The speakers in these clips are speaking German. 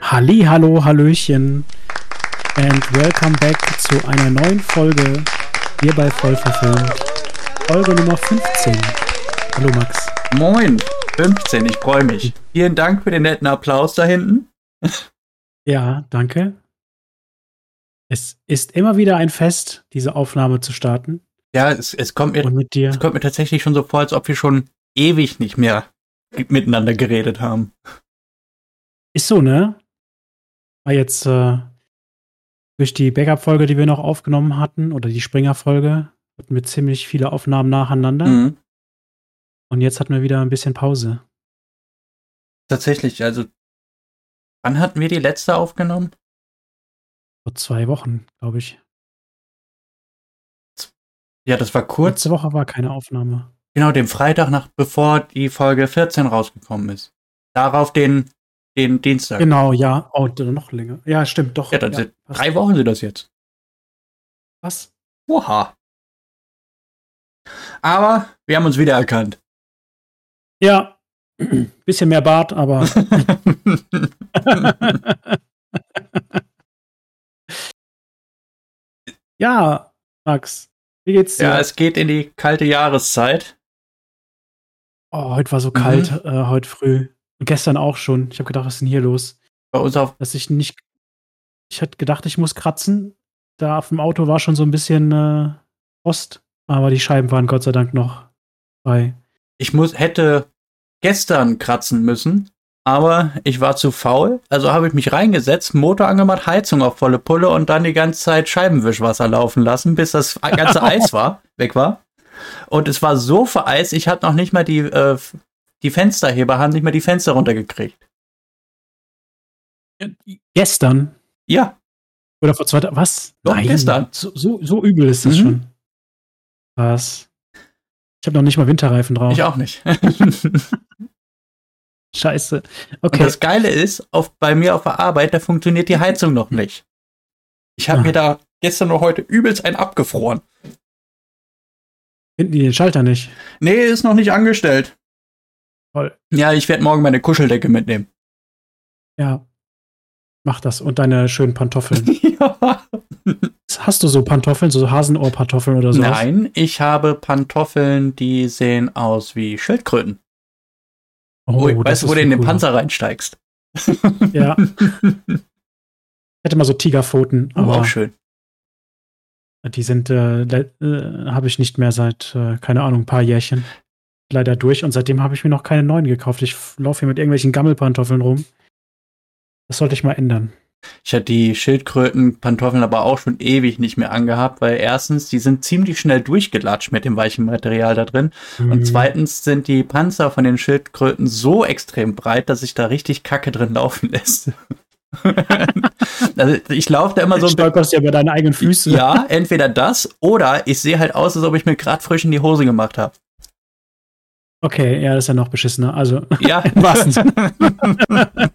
Halli, hallo, hallöchen and welcome back zu einer neuen Folge hier bei Vollverfilmt. Folge Nummer 15. Hallo Max. Moin, 15, ich freue mich. Vielen Dank für den netten Applaus da hinten. Ja, danke. Es ist immer wieder ein Fest, diese Aufnahme zu starten. Ja, es kommt mir tatsächlich schon so vor, als ob wir schon ewig nicht mehr miteinander geredet haben. Ist so, ne? War jetzt durch die Backup-Folge, die wir noch aufgenommen hatten, oder die Springer-Folge, hatten wir ziemlich viele Aufnahmen nacheinander. Mhm. Und jetzt hatten wir wieder ein bisschen Pause. Tatsächlich, also wann hatten wir die letzte aufgenommen? Vor 2 Wochen, glaube ich. Ja, das war kurz. Letzte Woche war keine Aufnahme. Genau, dem Freitag, bevor die Folge 14 rausgekommen ist. Darauf den Dienstag. Genau, ja. Oh, noch länger. Ja, stimmt, doch. Ja, dann sind 3 Wochen sind das jetzt. Was? Oha. Aber wir haben uns wiedererkannt. Ja. Bisschen mehr Bart, aber. Ja, Max. Wie geht's dir? Ja, es geht in die kalte Jahreszeit. Oh, heute war so kalt, heute früh. Und gestern auch schon. Ich habe gedacht, was ist denn hier los? Bei uns auf. Ich hätte gedacht, ich muss kratzen. Da auf dem Auto war schon so ein bisschen Frost. Aber die Scheiben waren Gott sei Dank noch frei. Hätte gestern kratzen müssen, aber ich war zu faul. Also habe ich mich reingesetzt, Motor angemacht, Heizung auf volle Pulle und dann die ganze Zeit Scheibenwischwasser laufen lassen, bis das ganze Eis weg war. Und es war so vereist, ich hatte noch nicht mal die Fensterheber, haben nicht mal die Fenster runtergekriegt. Gestern? Ja. Oder vor 2 Tagen? Was? Doch, nein, gestern. So übel ist das schon. Was? Ich habe noch nicht mal Winterreifen drauf. Ich auch nicht. Scheiße. Okay. Und das Geile ist, bei mir auf der Arbeit, da funktioniert die Heizung noch nicht. Ich habe mir da gestern oder heute übelst einen abgefroren. Finden die den Schalter nicht? Nee, ist noch nicht angestellt. Toll. Ja, ich werde morgen meine Kuscheldecke mitnehmen. Ja. Mach das. Und deine schönen Pantoffeln. Ja. Hast du so Pantoffeln, so Hasenohrpantoffeln oder so? Nein, ich habe Pantoffeln, die sehen aus wie Schildkröten. Oh, weißt du, wo du in den Panzer reinsteigst? Ja. Hätte mal so Tigerpfoten. Aber auch schön. Die sind, habe ich nicht mehr seit, keine Ahnung, ein paar Jährchen. Leider durch. Und seitdem habe ich mir noch keine neuen gekauft. Ich laufe hier mit irgendwelchen Gammelpantoffeln rum. Das sollte ich mal ändern. Ich hatte die Schildkrötenpantoffeln aber auch schon ewig nicht mehr angehabt, weil erstens, die sind ziemlich schnell durchgelatscht mit dem weichen Material da drin. Und zweitens sind die Panzer von den Schildkröten so extrem breit, dass sich da richtig Kacke drin laufen lässt. Also ich laufe da immer so. Du stolperst ja über deine eigenen Füße. Ja, entweder das oder ich sehe halt aus, als ob ich mir gerade frisch in die Hose gemacht habe. Okay, ja, das ist ja noch beschissener. Also, ja. Im wahrsten Sinne.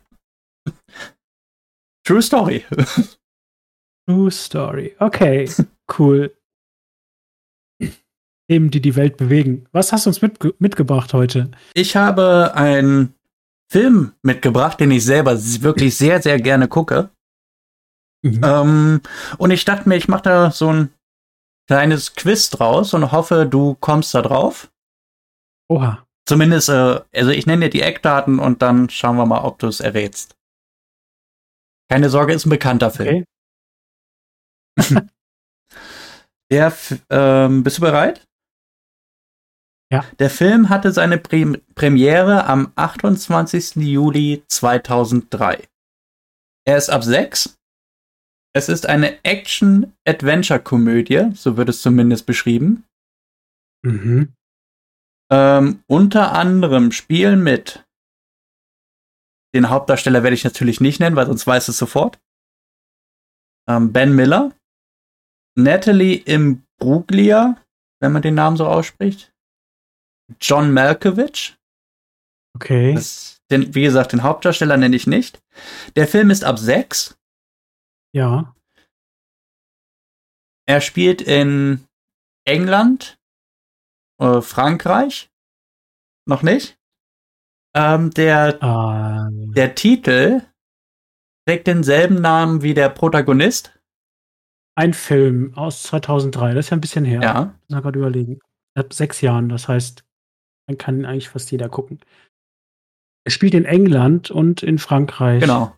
True Story. True Story. Okay, cool. Themen, die die Welt bewegen. Was hast du uns mitgebracht heute? Ich habe einen Film mitgebracht, den ich selber wirklich sehr, sehr gerne gucke. Und ich dachte mir, ich mache da so ein kleines Quiz draus und hoffe, du kommst da drauf. Oha. Zumindest, also ich nenne dir die Eckdaten und dann schauen wir mal, ob du es errätst. Keine Sorge, ist ein bekannter Film. Okay. Bist du bereit? Ja. Der Film hatte seine Premiere am 28. Juli 2003. Er ist ab 6. Es ist eine Action-Adventure-Komödie, so wird es zumindest beschrieben. Unter anderem spielen mit. Den Hauptdarsteller werde ich natürlich nicht nennen, weil sonst weiß es sofort. Ben Miller, Natalie Imbruglia, wenn man den Namen so ausspricht, John Malkovich. Okay. Wie gesagt, den Hauptdarsteller nenne ich nicht. Der Film ist ab 6. Ja. Er spielt in England, Frankreich. Noch nicht? Der Titel trägt denselben Namen wie der Protagonist. Ein Film aus 2003, das ist ja ein bisschen her. Ja, Muss man gerade überlegen. Ab 6 Jahren, das heißt, man kann eigentlich fast jeder gucken. Er spielt in England und in Frankreich. genau.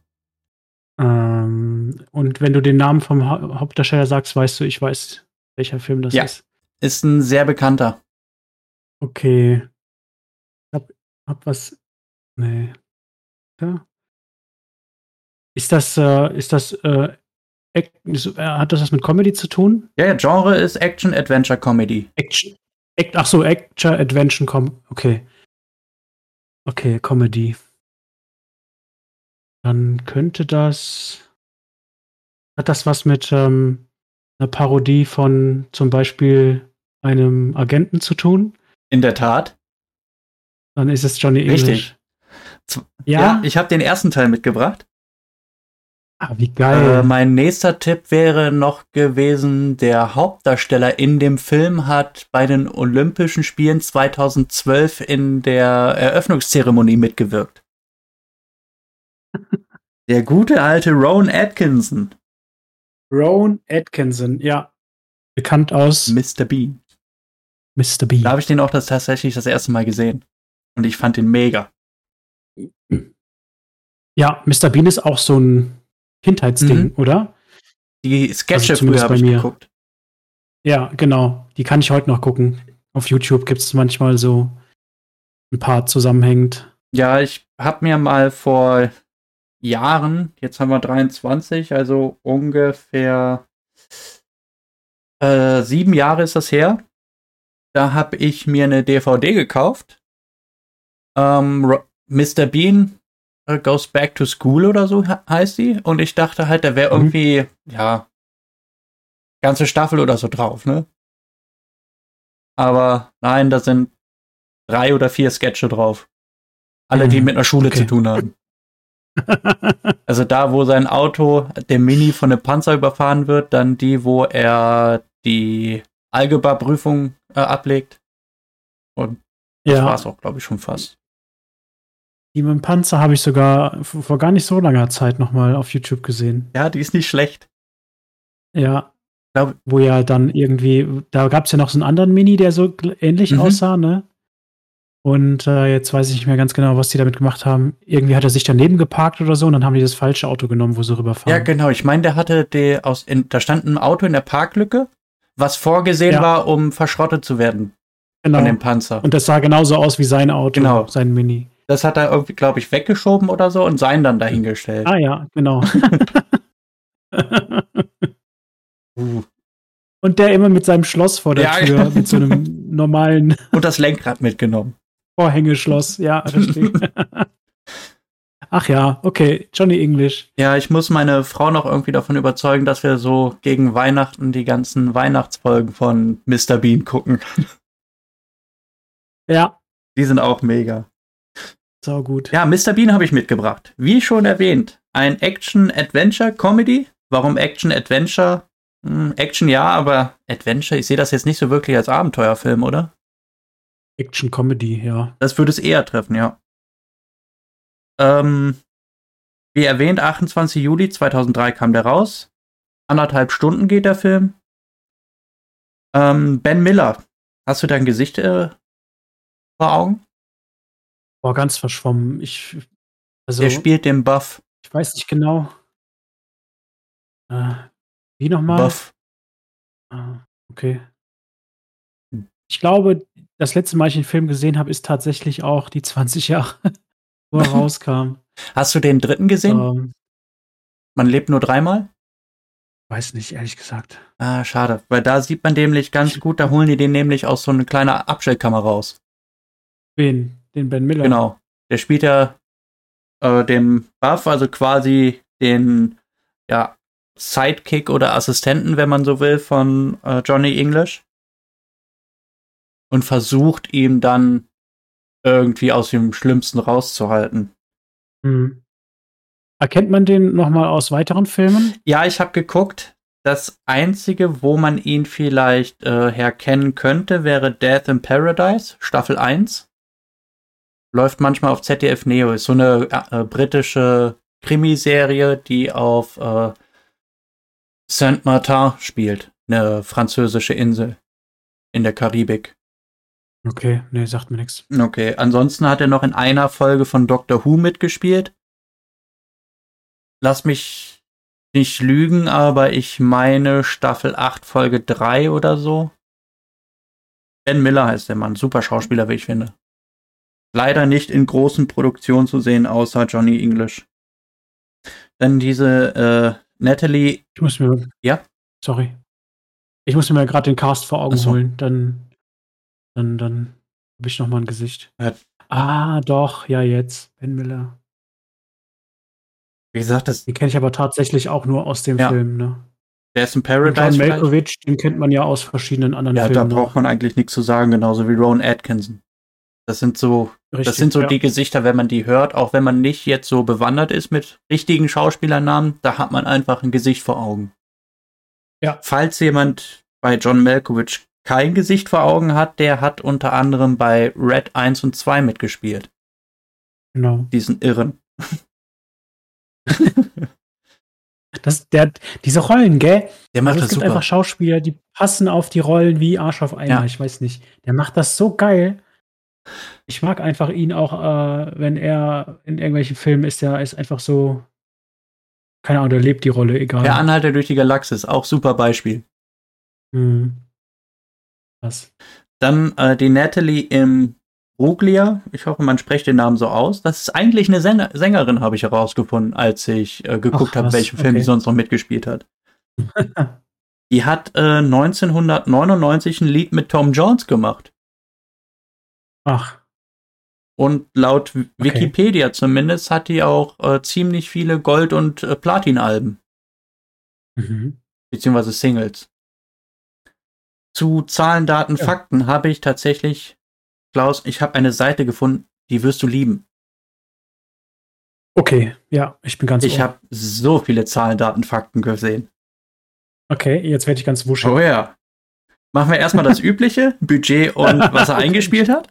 Und wenn du den Namen vom Hauptdarsteller sagst, weißt du, ich weiß, welcher Film das Ja. ist. Ist ein sehr bekannter. Okay. Hab was. Nee. Ja. Ist das, hat das was mit Comedy zu tun? Ja, Genre ist Action, Adventure, Comedy. Action. Ach so, Action, Adventure, okay. Okay, Comedy. Dann könnte das. Hat das was mit einer Parodie von zum Beispiel einem Agenten zu tun? In der Tat. Dann ist es Johnny English. Richtig. Ja? Ich habe den ersten Teil mitgebracht. Ah, wie geil. Mein nächster Tipp wäre noch gewesen, der Hauptdarsteller in dem Film hat bei den Olympischen Spielen 2012 in der Eröffnungszeremonie mitgewirkt. Der gute alte Rowan Atkinson. Rowan Atkinson, ja. Bekannt aus Mr. Bean. Mr. Bean. Da habe ich den auch tatsächlich das erste Mal gesehen. Und ich fand den mega. Ja, Mr. Bean ist auch so ein Kindheitsding, oder? Die Sketche Also früher habe ich geguckt. Ja, genau. Die kann ich heute noch gucken. Auf YouTube gibt es manchmal so ein paar zusammenhängend. Ja, ich habe mir mal vor Jahren, jetzt haben wir 23, also ungefähr 7 Jahre ist das her, da habe ich mir eine DVD gekauft. Mr. Bean Goes Back to School oder so heißt die. Und ich dachte halt, da wäre irgendwie, ja, ganze Staffel oder so drauf, ne? Aber nein, da sind 3 oder 4 Sketche drauf. Alle, die mit einer Schule zu tun haben. Also da, wo sein Auto, der Mini, von einem Panzer überfahren wird, dann die, wo er die Algebra-Prüfung ablegt. Und das war's auch, glaube ich, schon fast. Die mit dem Panzer habe ich sogar vor gar nicht so langer Zeit nochmal auf YouTube gesehen. Ja, die ist nicht schlecht. Ja. Wo ja dann irgendwie, da gab es ja noch so einen anderen Mini, der so ähnlich aussah, ne? Und jetzt weiß ich nicht mehr ganz genau, was die damit gemacht haben. Irgendwie hat er sich daneben geparkt oder so und dann haben die das falsche Auto genommen, wo sie rüberfahren. Ja, genau. Ich meine, der hatte da stand ein Auto in der Parklücke, was vorgesehen war, um verschrottet zu werden. Genau. Von dem Panzer. Und das sah genauso aus wie sein Auto, sein Mini. Das hat er irgendwie, glaube ich, weggeschoben oder so und sein dann dahingestellt. Ah ja, genau. Und der immer mit seinem Schloss vor der Tür, mit so einem normalen... Und das Lenkrad mitgenommen. Vorhängeschloss, ja, richtig. Ach ja, okay, Johnny English. Ja, ich muss meine Frau noch irgendwie davon überzeugen, dass wir so gegen Weihnachten die ganzen Weihnachtsfolgen von Mr. Bean gucken. Ja. Die sind auch mega. Sau gut. Ja, Mr. Bean habe ich mitgebracht. Wie schon erwähnt, ein Action-Adventure-Comedy. Warum Action-Adventure? Action ja, aber Adventure, ich sehe das jetzt nicht so wirklich als Abenteuerfilm, oder? Action-Comedy, ja. Das würde es eher treffen, ja. Wie erwähnt, 28. Juli 2003 kam der raus. 1,5 Stunden geht der Film. Ben Miller. Hast du dein Gesicht vor Augen? Boah, ganz verschwommen. Der spielt den Buff. Ich weiß nicht genau. Wie nochmal? Buff. Okay. Ich glaube, das letzte Mal, ich den Film gesehen habe, ist tatsächlich auch die 20 Jahre, wo er rauskam. Hast du den dritten gesehen? Man lebt nur 3-mal? Weiß nicht, ehrlich gesagt. Ah, schade. Weil da sieht man nämlich ganz gut, da holen die den nämlich aus so einer kleinen Abstellkammer raus. Wen? Den Ben Miller? Genau. Der spielt ja dem Buff, also quasi den Sidekick oder Assistenten, wenn man so will, von Johnny English. Und versucht ihm dann irgendwie aus dem Schlimmsten rauszuhalten. Erkennt man den nochmal aus weiteren Filmen? Ja, ich habe geguckt. Das Einzige, wo man ihn vielleicht herkennen könnte, wäre Death in Paradise, Staffel 1. Läuft manchmal auf ZDF Neo. Ist so eine britische Krimiserie, die auf Saint-Martin spielt. Eine französische Insel in der Karibik. Okay, nee, sagt mir nichts. Okay, ansonsten hat er noch in einer Folge von Doctor Who mitgespielt. Lass mich nicht lügen, aber ich meine Staffel 8, Folge 3 oder so. Ben Miller heißt der Mann, super Schauspieler, wie ich finde. Leider nicht in großen Produktionen zu sehen, außer Johnny English. Dann diese Natalie. Ich muss mir. Ja? Sorry. Ich muss mir gerade den Cast vor Augen Ach so. holen. Dann habe ich noch mal ein Gesicht. Ja. Doch, ja, jetzt. Ben Miller. Wie gesagt, Den kenne ich aber tatsächlich auch nur aus dem Film, ne? der ist in Und Paradise. John Malkovich, den kennt man ja aus verschiedenen anderen Filmen. Ja, da braucht man eigentlich nichts zu sagen, genauso wie Rowan Atkinson. Das sind so die Gesichter, wenn man die hört, auch wenn man nicht jetzt so bewandert ist mit richtigen Schauspielernamen, da hat man einfach ein Gesicht vor Augen. Ja. Falls jemand bei John Malkovich kein Gesicht vor Augen hat, der hat unter anderem bei Red 1 und 2 mitgespielt. Genau. Diesen Irren. Diese Rollen, gell? Der macht das es gibt super. Einfach Schauspieler, die passen auf die Rollen wie Arsch auf Eimer. Ja. Ich weiß nicht. Der macht das so geil. Ich mag einfach ihn auch, wenn er in irgendwelchen Filmen ist, der ist einfach so, keine Ahnung, der lebt die Rolle, egal. Der Anhalter durch die Galaxis, auch super Beispiel. Was? Dann die Natalie im Bruglia, ich hoffe, man spricht den Namen so aus. Das ist eigentlich eine Sängerin, habe ich herausgefunden, als ich geguckt habe, welchen Film die sonst noch mitgespielt hat. Die hat 1999 ein Lied mit Tom Jones gemacht. Ach. Und laut Wikipedia zumindest hat die auch ziemlich viele Gold- und Platin-Alben. Beziehungsweise Singles. Zu Zahlen, Daten, Fakten habe ich tatsächlich, Klaus, ich habe eine Seite gefunden, die wirst du lieben. Okay, ja, ich bin ganz Ich habe so viele Zahlen, Daten, Fakten gesehen. Okay, jetzt werde ich ganz wuschig. Oh ja. Machen wir erstmal das Übliche, Budget und was er eingespielt hat.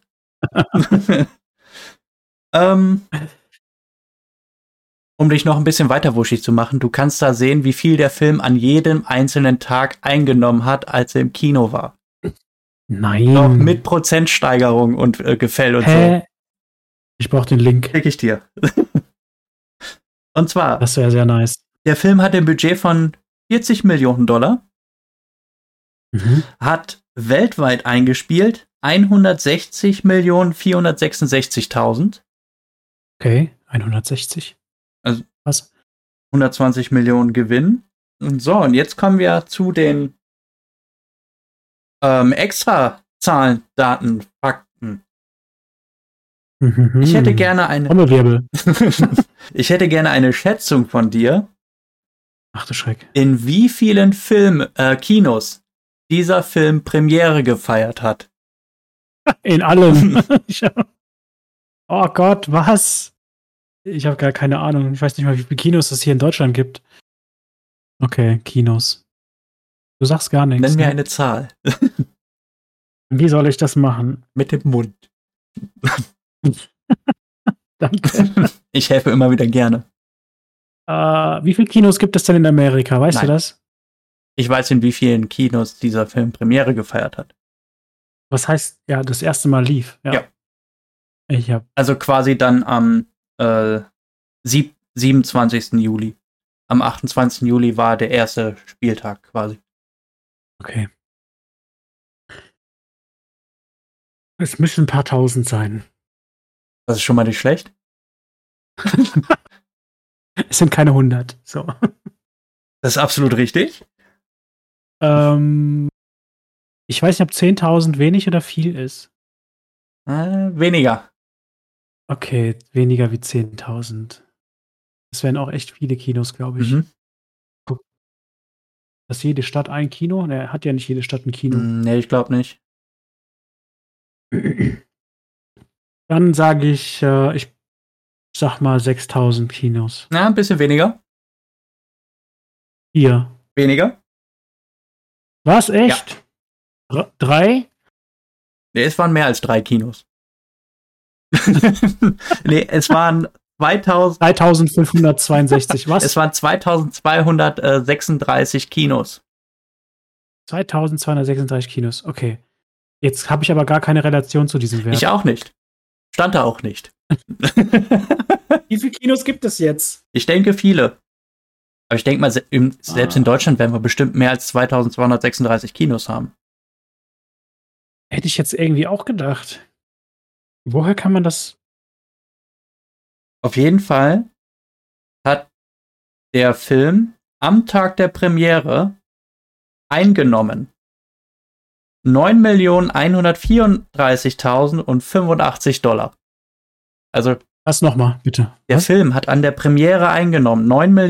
Um dich noch ein bisschen weiter wuschig zu machen, du kannst da sehen, wie viel der Film an jedem einzelnen Tag eingenommen hat, als er im Kino war. Nein. Noch mit Prozentsteigerung und Gefäll und so. Ich brauche den Link. Krieg ich dir. Und zwar. Das wäre sehr nice. Der Film hat ein Budget von $40 Millionen. Hat weltweit eingespielt 160.466.000. Okay, 160. Also was? 120 Millionen Gewinn. Und so, und jetzt kommen wir zu den extra Zahlen, Daten, Fakten. Ich hätte gerne ich hätte gerne eine Schätzung von dir. Ach du Schreck. In wie vielen Kinos dieser Film Premiere gefeiert hat? In allen. Oh Gott, was? Ich habe gar keine Ahnung. Ich weiß nicht mal, wie viele Kinos es hier in Deutschland gibt. Okay, Kinos. Du sagst gar nichts. Nenn mir eine Zahl. Wie soll ich das machen? Mit dem Mund. Danke. Ich helfe immer wieder gerne. Wie viele Kinos gibt es denn in Amerika? Weißt du das? Ich weiß, in wie vielen Kinos dieser Film Premiere gefeiert hat. Was heißt, ja, das erste Mal lief? Ja. Ich hab. Also quasi dann am 27. Juli. Am 28. Juli war der erste Spieltag quasi. Okay. Es müssen ein paar tausend sein. Das ist schon mal nicht schlecht. Es sind keine 100. So. Das ist absolut richtig. Ich weiß nicht, ob 10.000 wenig oder viel ist. Weniger. Okay, weniger wie 10.000. Das wären auch echt viele Kinos, glaube ich. Guck. Dass jede Stadt ein Kino? Ne, hat ja nicht jede Stadt ein Kino. Nee, ich glaube nicht. Dann sage ich, ich sag mal 6.000 Kinos. Na, ein bisschen weniger. 4. Weniger? Was, echt? Ja. 3? Nee, es waren mehr als 3 Kinos. Nee, es waren 3562, was? Es waren 2236 Kinos. 2236 Kinos, okay. Jetzt habe ich aber gar keine Relation zu diesem Wert. Ich auch nicht. Stand da auch nicht. Wie viele Kinos gibt es jetzt? Ich denke viele. Aber ich denke mal, selbst in Deutschland werden wir bestimmt mehr als 2236 Kinos haben. Hätte ich jetzt irgendwie auch gedacht. Woher kann man das? Auf jeden Fall hat der Film am Tag der Premiere eingenommen 9.134.085 $. Also Was nochmal, bitte? der Film hat an der Premiere eingenommen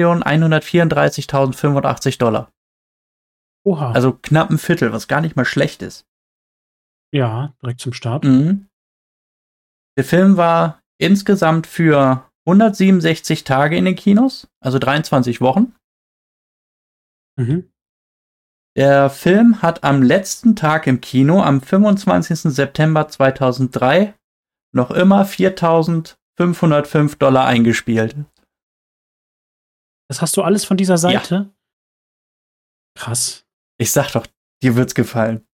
9.134.085 $. Oha. Also knapp ein Viertel, was gar nicht mal schlecht ist. Ja, direkt zum Start. Mhm. Der Film war insgesamt für 167 Tage in den Kinos, also 23 Wochen. Mhm. Der Film hat am letzten Tag im Kino, am 25. September 2003, noch immer 4.505 $ eingespielt. Das hast du alles von dieser Seite? Ja. Krass. Ich sag doch, dir wird's gefallen.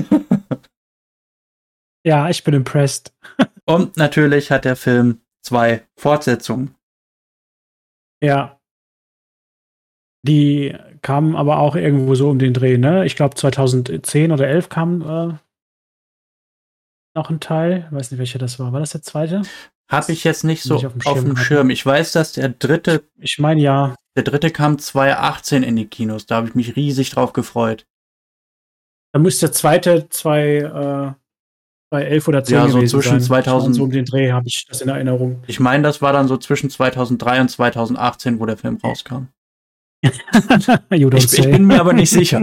Ja, ich bin impressed. Und natürlich hat der Film 2 Fortsetzungen. Ja. Die kamen aber auch irgendwo so um den Dreh, ne? Ich glaube 2010 oder 11 kam noch ein Teil. Ich weiß nicht, welcher das war. War das der zweite? Habe ich jetzt nicht so auf dem Schirm. Ich weiß, dass der dritte... Ich meine, ja. Der dritte kam 2018 in die Kinos. Da habe ich mich riesig drauf gefreut. Da muss der zweite 2011 oder 10 ja, so gewesen zwischen sein. 2000... So um den Dreh habe ich das in Erinnerung. Ich meine, das war dann so zwischen 2003 und 2018, wo der Film rauskam. Ich bin mir aber nicht sicher.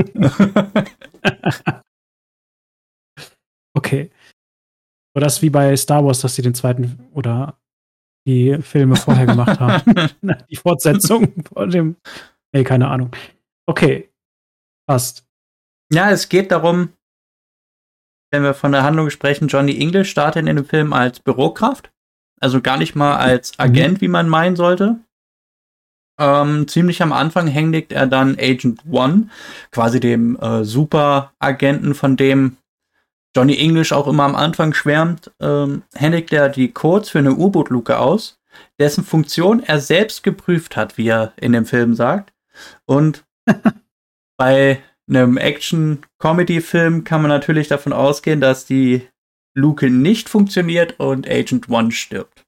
Okay. Oder das ist wie bei Star Wars, dass sie den zweiten oder die Filme vorher gemacht haben. Die Fortsetzung von dem. Nee, keine Ahnung. Okay. Passt. Ja, es geht darum, wenn wir von der Handlung sprechen, Johnny English startet in dem Film als Bürokraft. Also gar nicht mal als Agent, wie man meinen sollte. Ziemlich am Anfang händigt er dann Agent One, quasi dem Superagenten, von dem Johnny English auch immer am Anfang schwärmt, händigt er die Codes für eine U-Boot-Luke aus, dessen Funktion er selbst geprüft hat, wie er in dem Film sagt. Und bei einem Action-Comedy-Film kann man natürlich davon ausgehen, dass die Luke nicht funktioniert und Agent One stirbt.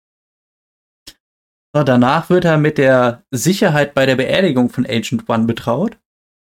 So, danach wird er mit der Sicherheit bei der Beerdigung von Agent One betraut.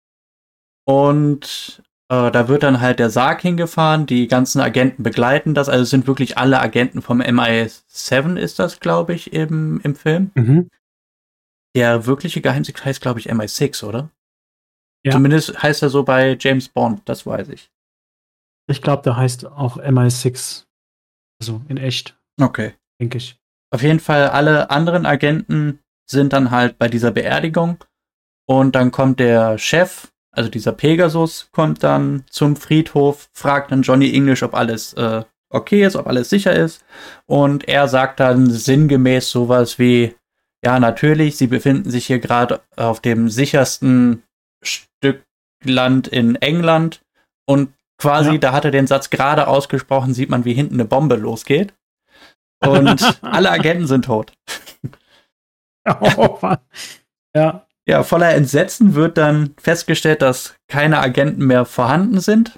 Und da wird dann halt der Sarg hingefahren, die ganzen Agenten begleiten das. Also es sind wirklich alle Agenten vom MI7 ist das, glaube ich, im Film. Mhm. Der wirkliche Geheimdienst heißt, glaube ich, MI6, oder? Ja. Zumindest heißt er so bei James Bond, das weiß ich. Ich glaube, der heißt auch MI6. Also in echt. Okay. Denke ich. Auf jeden Fall, alle anderen Agenten sind dann halt bei dieser Beerdigung. Und dann kommt der Chef, also dieser Pegasus, kommt dann zum Friedhof, fragt dann Johnny English, ob alles okay ist, ob alles sicher ist. Und er sagt dann sinngemäß sowas wie, ja, natürlich, sie befinden sich hier gerade auf dem sichersten Stück Land in England. Und quasi, da hat er den Satz gerade ausgesprochen, sieht man, wie hinten eine Bombe losgeht. Und alle Agenten sind tot. Oh, ja. Ja, voller Entsetzen wird dann festgestellt, dass keine Agenten mehr vorhanden sind.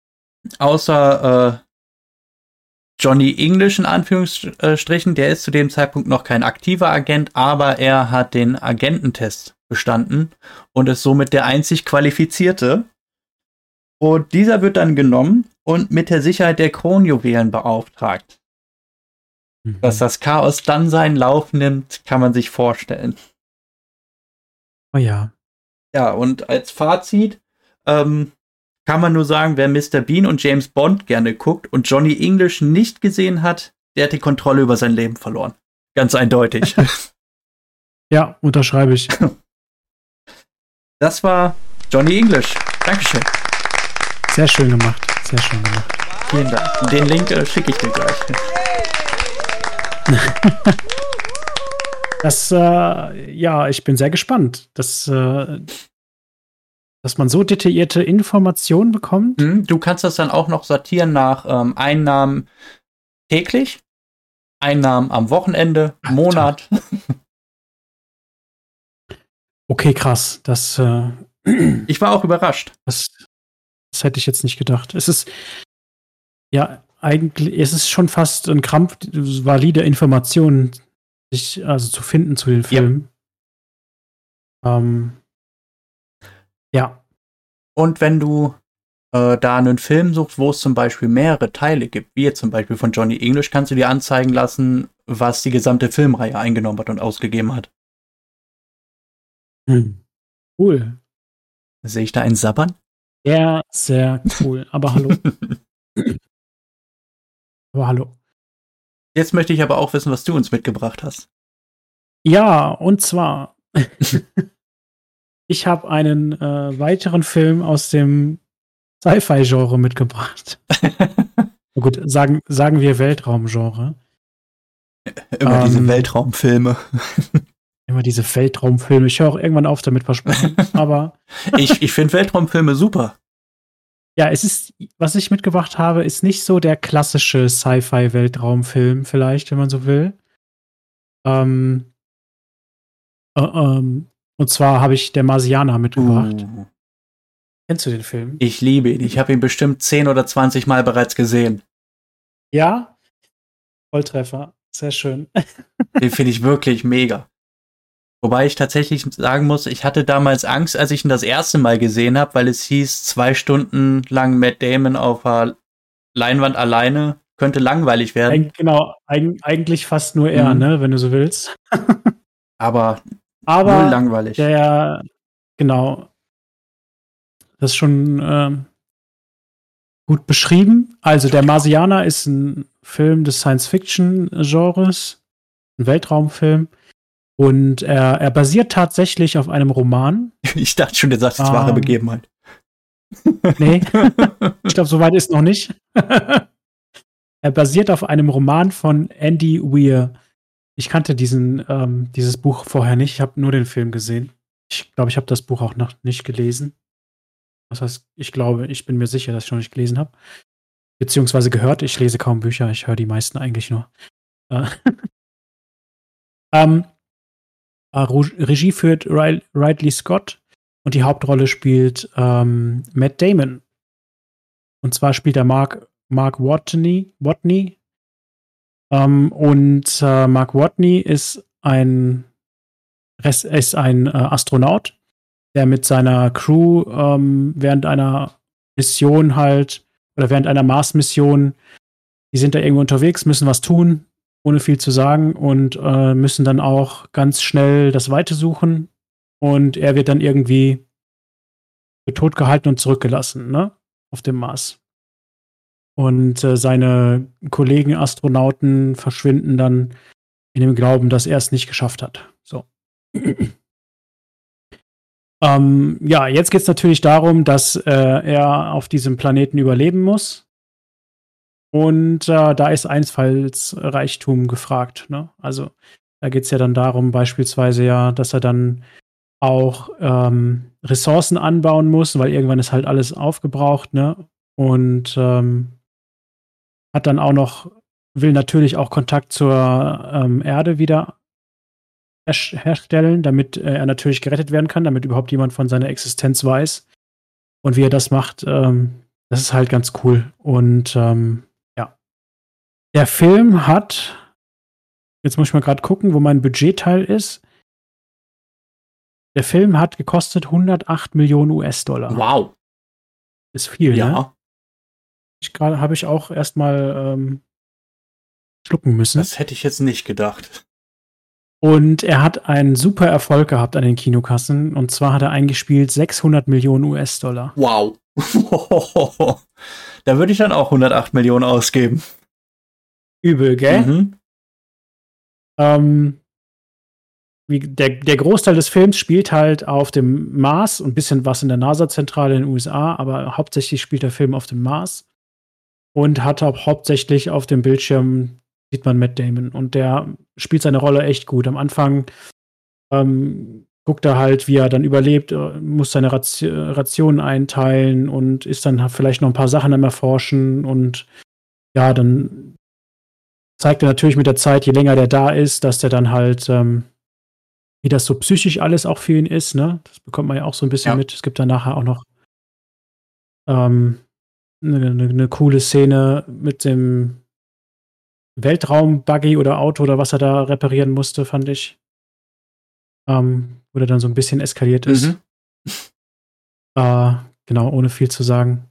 Außer Johnny English in Anführungsstrichen. Der ist zu dem Zeitpunkt noch kein aktiver Agent, aber er hat den Agententest bestanden und ist somit der einzig Qualifizierte. Und dieser wird dann genommen und mit der Sicherheit der Kronjuwelen beauftragt. Dass das Chaos dann seinen Lauf nimmt, kann man sich vorstellen. Oh ja. Ja, und als Fazit kann man nur sagen, wer Mr. Bean und James Bond gerne guckt und Johnny English nicht gesehen hat, der hat die Kontrolle über sein Leben verloren. Ganz eindeutig. Ja, unterschreibe ich. Das war Johnny English. Dankeschön. Sehr schön gemacht. Sehr schön gemacht. Vielen Dank. Den Link schicke ich dir gleich. Ja, ich bin sehr gespannt, dass man so detaillierte Informationen bekommt. Du kannst das dann auch noch sortieren nach Einnahmen täglich, Einnahmen am Wochenende, Monat. Okay, krass. Ich war auch überrascht. Das hätte ich jetzt nicht gedacht. Es ist schon fast ein Krampf, valide Informationen zu finden zu den Filmen. Ja. Und wenn du da einen Film suchst, wo es zum Beispiel mehrere Teile gibt, wie jetzt zum Beispiel von Johnny English, kannst du dir anzeigen lassen, was die gesamte Filmreihe eingenommen hat und ausgegeben hat. Cool. Sehe ich da einen Sabbern? Ja, sehr cool. Aber hallo. Jetzt möchte ich aber auch wissen, was du uns mitgebracht hast. Ja, und zwar ich habe einen weiteren Film aus dem Sci-Fi-Genre mitgebracht. Gut, sagen wir Weltraumgenre. Immer diese Weltraumfilme. Immer diese Weltraumfilme. Ich höre auch irgendwann auf damit, versprochen. Aber ich finde Weltraumfilme super. Ja, was ich mitgebracht habe, ist nicht so der klassische Sci-Fi-Weltraumfilm, vielleicht, wenn man so will. Und zwar habe ich Der Marsianer mitgebracht. Kennst du den Film? Ich liebe ihn. Ich habe ihn bestimmt 10 oder 20 Mal bereits gesehen. Ja? Volltreffer. Sehr schön. Den finde ich wirklich mega. Wobei ich tatsächlich sagen muss, ich hatte damals Angst, als ich ihn das erste Mal gesehen habe, weil es hieß, 2 Stunden lang Matt Damon auf der Leinwand alleine könnte langweilig werden. Genau, eigentlich fast nur er, ne, wenn du so willst. Aber null langweilig. Genau. Das ist schon gut beschrieben. Also, Der Marsianer ist ein Film des Science-Fiction-Genres, ein Weltraumfilm. Und er basiert tatsächlich auf einem Roman. Ich dachte schon, der sagt jetzt wahre Begebenheit. Nee, ich glaube, so weit ist noch nicht. Er basiert auf einem Roman von Andy Weir. Ich kannte dieses Buch vorher nicht. Ich habe nur den Film gesehen. Ich glaube, ich habe das Buch auch noch nicht gelesen. Das heißt, ich bin mir sicher, dass ich noch nicht gelesen habe. Beziehungsweise gehört. Ich lese kaum Bücher. Ich höre die meisten eigentlich nur. Regie führt Ridley Scott und die Hauptrolle spielt Matt Damon. Und zwar spielt er Mark Watney. Mark Watney ist ein Astronaut, der mit seiner Crew während einer Mission während einer Mars-Mission, die sind da irgendwo unterwegs, müssen was tun, ohne viel zu sagen und müssen dann auch ganz schnell das Weite suchen und er wird dann irgendwie für tot gehalten und zurückgelassen, ne, auf dem Mars. Und seine Kollegen Astronauten verschwinden dann in dem Glauben, dass er es nicht geschafft hat. So. Jetzt geht es natürlich darum, dass er auf diesem Planeten überleben muss. Und da ist Einfallsreichtum gefragt. Ne? Also da geht es ja dann darum, beispielsweise ja, dass er dann auch Ressourcen anbauen muss, weil irgendwann ist halt alles aufgebraucht. Ne? Und hat dann will natürlich auch Kontakt zur Erde wieder herstellen, damit er natürlich gerettet werden kann, damit überhaupt jemand von seiner Existenz weiß. Und wie er das macht, das ist halt ganz cool. Und der Film hat, jetzt muss ich mal gerade gucken, wo mein Budgetteil ist. Der Film hat gekostet 108 Millionen US-Dollar. Wow. Ist viel, ja. Ne? Habe ich auch erstmal schlucken müssen. Das hätte ich jetzt nicht gedacht. Und er hat einen super Erfolg gehabt an den Kinokassen. Und zwar hat er eingespielt 600 Millionen US-Dollar. Wow. Da würde ich dann auch 108 Millionen ausgeben. Übel, gell? Der Großteil des Films spielt halt auf dem Mars und ein bisschen was in der NASA-Zentrale in den USA, aber hauptsächlich spielt der Film auf dem Mars und hat auch hauptsächlich auf dem Bildschirm sieht man Matt Damon. Und der spielt seine Rolle echt gut. Am Anfang guckt er halt, wie er dann überlebt, muss seine Rationen einteilen und ist dann vielleicht noch ein paar Sachen am Erforschen. Und ja, dann zeigt er natürlich mit der Zeit, je länger der da ist, dass der dann halt, wie das so psychisch alles auch für ihn ist, ne? Das bekommt man ja auch so ein bisschen mit. Es gibt dann nachher auch noch eine coole Szene mit dem Weltraum-Buggy oder Auto oder was er da reparieren musste, fand ich. Wo der dann so ein bisschen eskaliert ist. Genau, ohne viel zu sagen.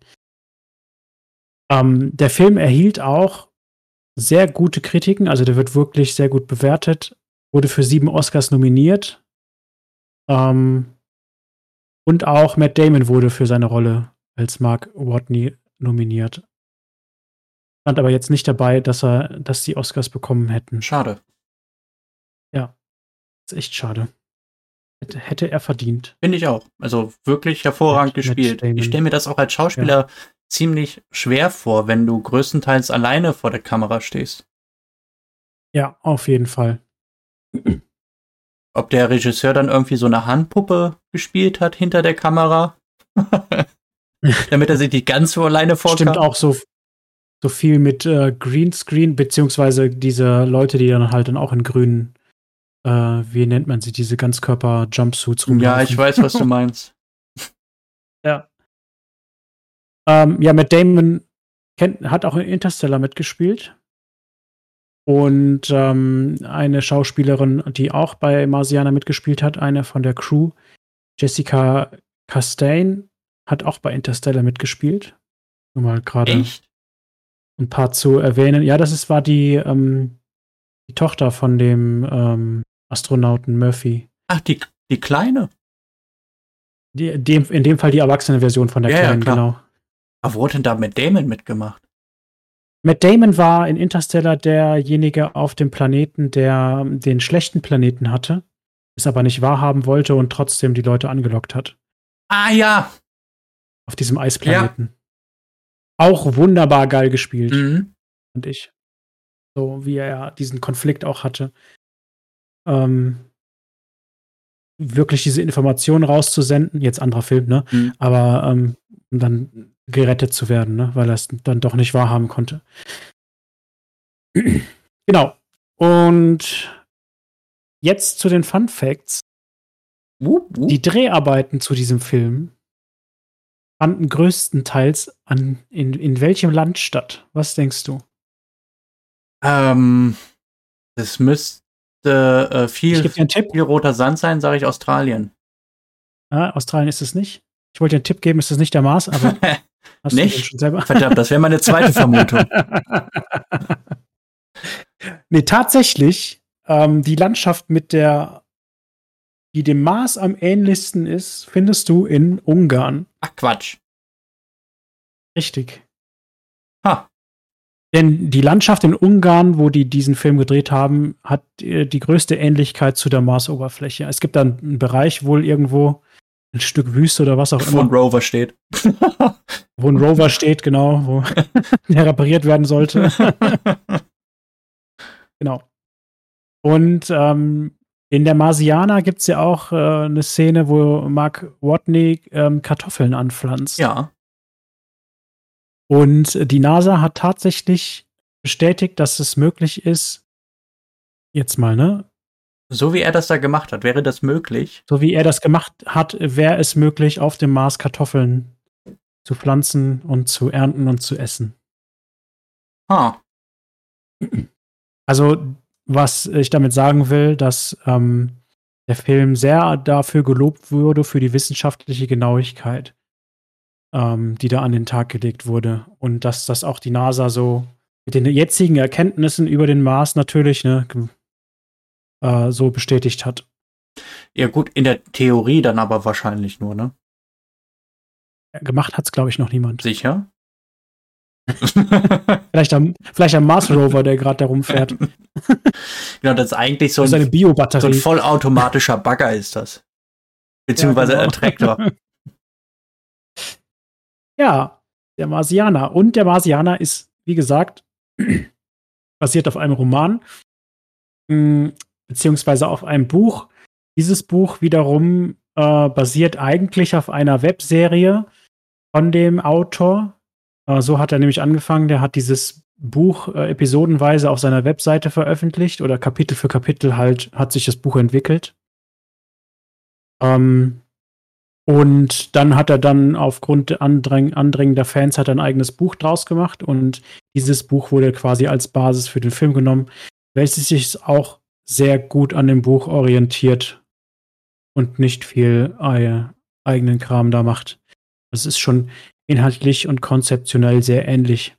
Der Film erhielt auch sehr gute Kritiken, also der wird wirklich sehr gut bewertet, wurde für 7 Oscars nominiert. Und auch Matt Damon wurde für seine Rolle als Mark Watney nominiert. Stand aber jetzt nicht dabei, dass die Oscars bekommen hätten. Schade. Ja, ist echt schade. Hätte er verdient. Finde ich auch. Also wirklich hervorragend gespielt. Ich stelle mir das auch als Schauspieler ziemlich schwer vor, wenn du größtenteils alleine vor der Kamera stehst. Ja, auf jeden Fall. Ob der Regisseur dann irgendwie so eine Handpuppe gespielt hat hinter der Kamera, damit er sich nicht ganz so alleine vorkam. Stimmt auch so viel mit Greenscreen, beziehungsweise diese Leute, die dann halt dann auch in grünen, wie nennt man sie, diese Ganzkörper-Jumpsuits rumlaufen. Ja, ich weiß, was du meinst. Ja. Matt Damon hat auch in Interstellar mitgespielt. Und eine Schauspielerin, die auch bei Marsiana mitgespielt hat, eine von der Crew, Jessica Chastain, hat auch bei Interstellar mitgespielt. Nur mal gerade ein paar zu erwähnen. Ja, war die Tochter von dem Astronauten Murphy. Ach, die Kleine? In dem Fall die erwachsene Version von der Kleinen, genau. Aber wo hat denn da Matt Damon mitgemacht? Matt Damon war in Interstellar derjenige auf dem Planeten, der den schlechten Planeten hatte, es aber nicht wahrhaben wollte und trotzdem die Leute angelockt hat. Ah ja! Auf diesem Eisplaneten. Ja. Auch wunderbar geil gespielt, fand ich. So wie er diesen Konflikt auch hatte. Wirklich diese Informationen rauszusenden, jetzt anderer Film, ne? Aber dann gerettet zu werden, ne? Weil er es dann doch nicht wahrhaben konnte. Genau. Und jetzt zu den Fun Facts. Die Dreharbeiten zu diesem Film fanden größtenteils in welchem Land statt? Was denkst du? Das müsste viel roter Sand sein, sage ich Australien. Australien ist es nicht. Ich wollte dir einen Tipp geben, ist es nicht der Mars, aber hast nicht? Du den schon selber? Verdammt, das wäre meine zweite Vermutung. Nee, tatsächlich, die Landschaft die dem Mars am ähnlichsten ist, findest du in Ungarn. Ach, Quatsch. Richtig. Denn die Landschaft in Ungarn, wo die diesen Film gedreht haben, hat die größte Ähnlichkeit zu der Marsoberfläche. Es gibt dann einen Bereich, wohl irgendwo ein Stück Wüste oder was auch immer. Wo ein Rover steht. Wo ein Rover steht, genau, wo der repariert werden sollte. Genau. Und in der Marsiana gibt es ja auch eine Szene, wo Mark Watney Kartoffeln anpflanzt. Ja. Und die NASA hat tatsächlich bestätigt, dass es möglich ist, jetzt mal, ne? So wie er das da gemacht hat, wäre das möglich? So wie er das gemacht hat, wäre es möglich, auf dem Mars Kartoffeln zu pflanzen und zu ernten und zu essen. Also, was ich damit sagen will, dass der Film sehr dafür gelobt wurde, für die wissenschaftliche Genauigkeit, die da an den Tag gelegt wurde. Und dass das auch die NASA so mit den jetzigen Erkenntnissen über den Mars natürlich, ne, so bestätigt hat. Ja gut, in der Theorie dann aber wahrscheinlich nur, ne? Gemacht hat's, glaube ich, noch niemand. Sicher? vielleicht am Mars Rover, der gerade da rumfährt. Genau, das ist eigentlich so eine Biobatterie. So ein vollautomatischer Bagger ist das. Beziehungsweise ein Traktor. Ja, der Marsianer. Und der Marsianer ist, wie gesagt, basiert auf einem Roman, beziehungsweise auf einem Buch. Dieses Buch wiederum basiert eigentlich auf einer Webserie von dem Autor. So hat er nämlich angefangen. Der hat dieses Buch episodenweise auf seiner Webseite veröffentlicht oder Kapitel für Kapitel halt hat sich das Buch entwickelt. Und dann hat er dann aufgrund andrängender Fans hat er ein eigenes Buch draus gemacht und dieses Buch wurde quasi als Basis für den Film genommen, welches sich auch sehr gut an dem Buch orientiert und nicht viel eigenen Kram da macht. Das ist schon inhaltlich und konzeptionell sehr ähnlich.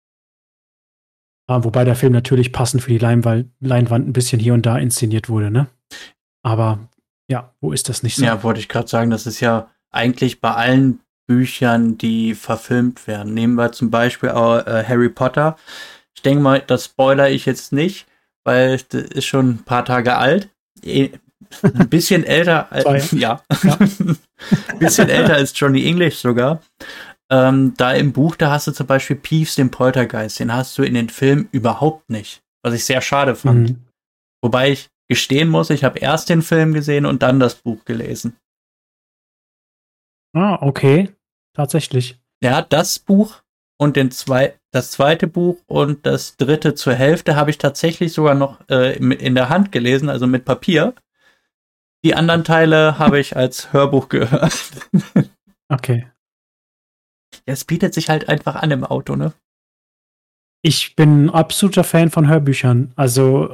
Wobei der Film natürlich passend für die Leinwand ein bisschen hier und da inszeniert wurde, ne? Aber ja, wo ist das nicht so? Ja, wollte ich gerade sagen, das ist ja eigentlich bei allen Büchern, die verfilmt werden. Nehmen wir zum Beispiel auch, Harry Potter. Ich denke mal, das spoilere ich jetzt nicht, weil das ist schon ein paar Tage alt. Ein bisschen älter als ja. Ein bisschen älter als Johnny English sogar. Da im Buch, da hast du zum Beispiel Peeves, den Poltergeist, den hast du in den Filmen überhaupt nicht. Was ich sehr schade fand. Wobei ich gestehen muss, ich habe erst den Film gesehen und dann das Buch gelesen. Okay. Tatsächlich. Ja, das Buch und das zweite Buch und das dritte zur Hälfte habe ich tatsächlich sogar noch in der Hand gelesen, also mit Papier. Die anderen Teile habe ich als Hörbuch gehört. Okay. Ja, es bietet sich halt einfach an im Auto, ne? Ich bin ein absoluter Fan von Hörbüchern. Also,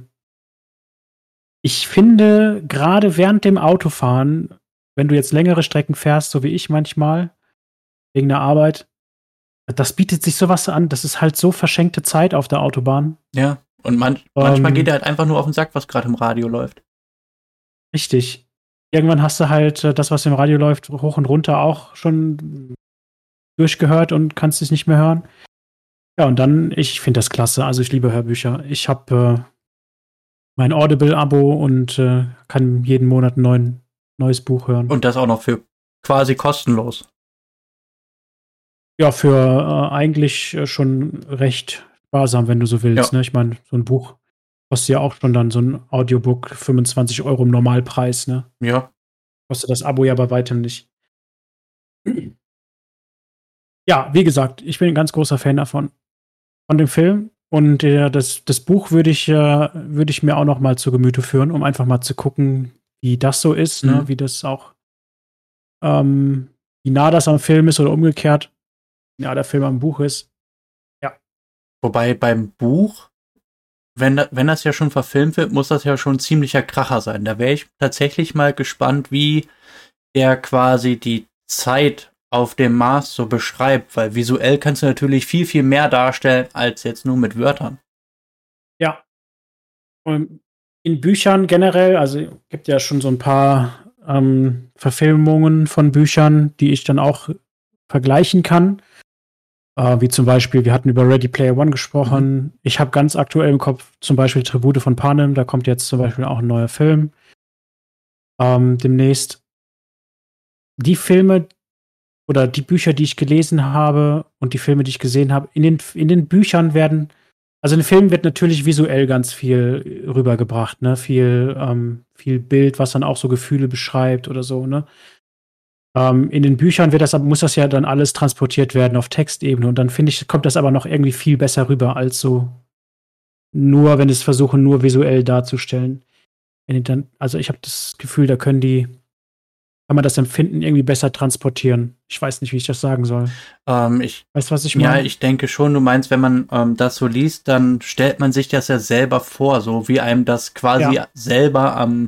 ich finde, gerade während dem Autofahren, wenn du jetzt längere Strecken fährst, so wie ich manchmal, wegen der Arbeit, das bietet sich sowas an. Das ist halt so verschenkte Zeit auf der Autobahn. Ja, und manchmal geht er halt einfach nur auf den Sack, was gerade im Radio läuft. Richtig. Irgendwann hast du halt das, was im Radio läuft, hoch und runter auch schon durchgehört und kannst es nicht mehr hören. Ja, und dann, ich finde das klasse. Also ich liebe Hörbücher. Ich habe mein Audible-Abo und kann jeden Monat ein neues Buch hören. Und das auch noch für quasi kostenlos. Ja, für eigentlich schon recht sparsam, wenn du so willst. Ja. Ne? Ich meine, so ein Buch kostet ja auch schon dann so ein Audiobook 25 € im Normalpreis. Ne? Ja. Kostet das Abo ja bei weitem nicht. Ja, wie gesagt, ich bin ein ganz großer Fan davon. Von dem Film. Und das Buch würde ich mir auch noch mal zu Gemüte führen, um einfach mal zu gucken, wie das so ist, ne? Wie das auch, wie nah das am Film ist oder umgekehrt. Ja, der Film am Buch ist. Ja. Wobei beim Buch, wenn das ja schon verfilmt wird, muss das ja schon ein ziemlicher Kracher sein. Da wäre ich tatsächlich mal gespannt, wie er quasi die Zeit auf dem Mars so beschreibt, weil visuell kannst du natürlich viel, viel mehr darstellen, als jetzt nur mit Wörtern. Ja. Und in Büchern generell, also gibt ja schon so ein paar Verfilmungen von Büchern, die ich dann auch vergleichen kann. Wie zum Beispiel, wir hatten über Ready Player One gesprochen. Ich habe ganz aktuell im Kopf zum Beispiel Tribute von Panem. Da kommt jetzt zum Beispiel auch ein neuer Film demnächst. Die Filme oder die Bücher, die ich gelesen habe und die Filme, die ich gesehen habe, in den Büchern werden, also in den Filmen wird natürlich visuell ganz viel rübergebracht, ne? Viel Bild, was dann auch so Gefühle beschreibt oder so, ne? In den Büchern muss das ja dann alles transportiert werden auf Textebene und dann finde ich, kommt das aber noch irgendwie viel besser rüber, als so nur, wenn es versuchen, nur visuell darzustellen. Also ich habe das Gefühl, da kann man das Empfinden irgendwie besser transportieren. Ich weiß nicht, wie ich das sagen soll. Weißt du, was ich meine? Ja, ich denke schon, du meinst, wenn man das so liest, dann stellt man sich das ja selber vor, so wie einem das quasi selber am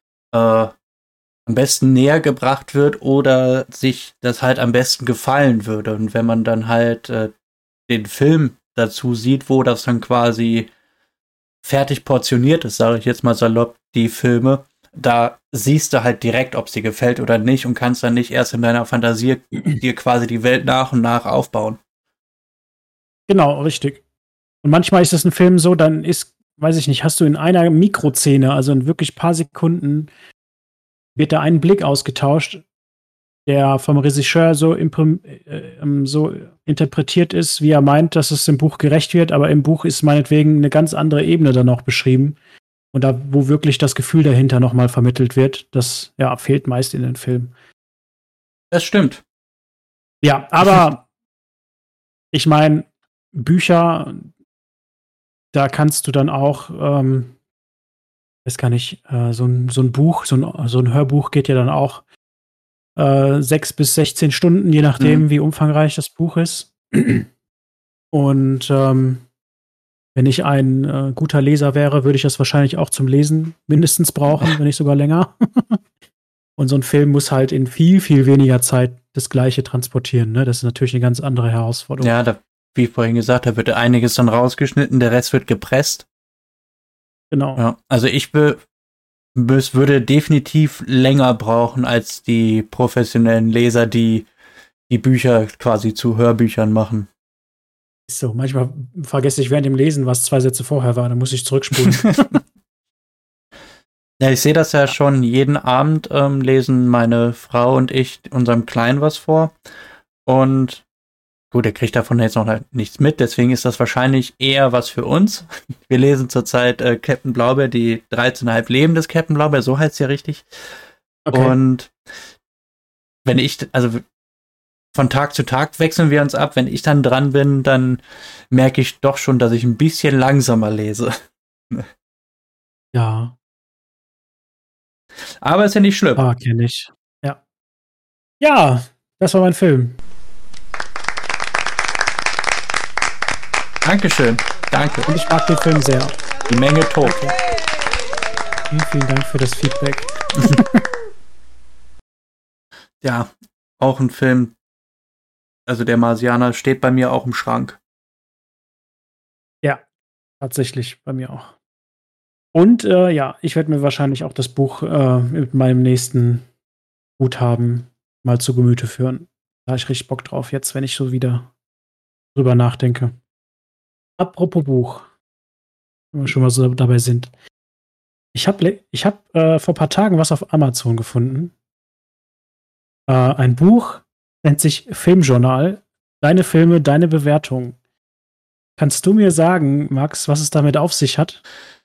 besten näher gebracht wird oder sich das halt am besten gefallen würde. Und wenn man dann halt den Film dazu sieht, wo das dann quasi fertig portioniert ist, sage ich jetzt mal salopp, die Filme, da siehst du halt direkt, ob es dir gefällt oder nicht und kannst dann nicht erst in deiner Fantasie dir quasi die Welt nach und nach aufbauen. Genau, richtig. Und manchmal ist es ein Film so, dann weiß ich nicht, hast du in einer Mikrozene, also in wirklich paar Sekunden, wird da ein Blick ausgetauscht der vom Regisseur so interpretiert ist, wie er meint, dass es im Buch gerecht wird, aber im Buch ist meinetwegen eine ganz andere Ebene dann noch beschrieben. Und da, wo wirklich das Gefühl dahinter nochmal vermittelt wird, das ja fehlt meist in den Filmen. Das stimmt. Ja, aber ich meine, Bücher, da kannst du dann auch, weiß gar nicht, so ein Buch, so ein Hörbuch geht ja dann auch 6 bis 16 Stunden, je nachdem, wie umfangreich das Buch ist. Und wenn ich ein guter Leser wäre, würde ich das wahrscheinlich auch zum Lesen mindestens brauchen, wenn nicht sogar länger. Und so ein Film muss halt in viel, viel weniger Zeit das Gleiche transportieren. Ne? Das ist natürlich eine ganz andere Herausforderung. Ja, wie vorhin gesagt, da wird einiges dann rausgeschnitten, der Rest wird gepresst. Genau. Ja, also es würde definitiv länger brauchen als die professionellen Leser, die Bücher quasi zu Hörbüchern machen. Ist so. Manchmal vergesse ich während dem Lesen, was 2 Sätze vorher war. Dann muss ich zurückspulen. Ja, ich sehe das ja schon jeden Abend, lesen meine Frau und ich unserem Kleinen was vor. Und gut, er kriegt davon jetzt noch nichts mit, deswegen ist das wahrscheinlich eher was für uns. Wir lesen zurzeit Captain Blaubeer, die 13,5 Leben des Captain Blaubeer, so heißt es ja richtig. Okay. Und wenn also von Tag zu Tag wechseln wir uns ab. Wenn ich dann dran bin, dann merke ich doch schon, dass ich ein bisschen langsamer lese. Ja. Aber ist ja nicht schlimm. Ah, kenne ich. Ja. Ja, das war mein Film. Dankeschön. Danke. Und ich mag den Film sehr. Die Menge tot. Okay. Vielen Dank für das Feedback. Ja, auch ein Film. Also der Marsianer steht bei mir auch im Schrank. Ja, tatsächlich bei mir auch. Und ja, ich werde mir wahrscheinlich auch das Buch mit meinem nächsten Guthaben mal zu Gemüte führen. Da habe ich richtig Bock drauf, jetzt, wenn ich so wieder drüber nachdenke. Apropos Buch, wenn wir schon mal so dabei sind. Ich hab vor ein paar Tagen was auf Amazon gefunden. Ein Buch nennt sich Filmjournal. Deine Filme, deine Bewertung. Kannst du mir sagen, Max, was es damit auf sich hat?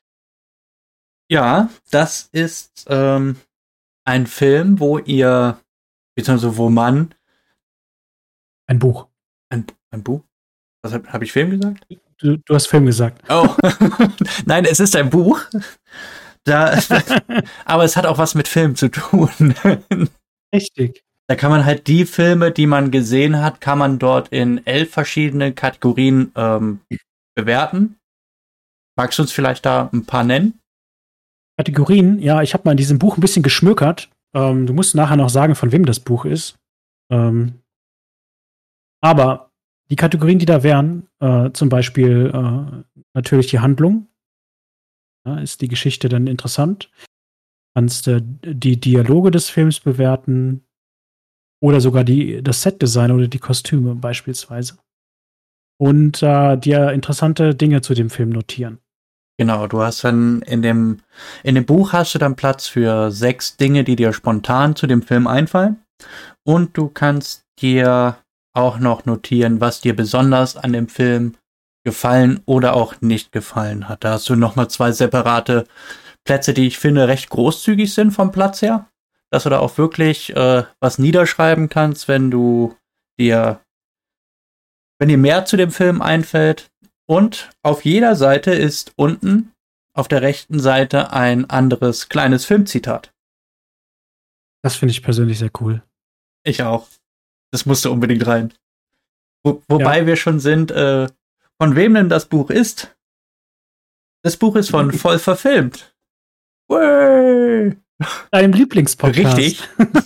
Ja, das ist ein Film, wo man Ein Buch. Ein Buch? Was habe ich Film gesagt? Du hast Film gesagt. Oh. Nein, es ist ein Buch. Aber es hat auch was mit Film zu tun. Richtig. Da kann man halt die Filme, die man gesehen hat, kann man dort in 11 verschiedene Kategorien bewerten. Magst du uns vielleicht da ein paar nennen? Kategorien? Ja, ich habe mal in diesem Buch ein bisschen geschmökert. Du musst nachher noch sagen, von wem das Buch ist. Aber die Kategorien, die da wären, zum Beispiel natürlich die Handlung. Ja, ist die Geschichte dann interessant? Kannst die Dialoge des Films bewerten oder sogar das Setdesign oder die Kostüme beispielsweise. Und dir interessante Dinge zu dem Film notieren. Genau, du hast dann in dem Buch hast du dann Platz für 6 Dinge, die dir spontan zu dem Film einfallen. Und du kannst dir auch noch notieren, was dir besonders an dem Film gefallen oder auch nicht gefallen hat. Da hast du nochmal 2 separate Plätze, die ich finde recht großzügig sind vom Platz her. Dass du da auch wirklich was niederschreiben kannst, wenn dir mehr zu dem Film einfällt. Und auf jeder Seite ist unten auf der rechten Seite ein anderes kleines Filmzitat. Das finde ich persönlich sehr cool. Ich auch. Das musste unbedingt rein. Wobei wir schon sind, von wem denn das Buch ist? Das Buch ist von Voll verfilmt. Way! Deinem Lieblingspodcast. Richtig.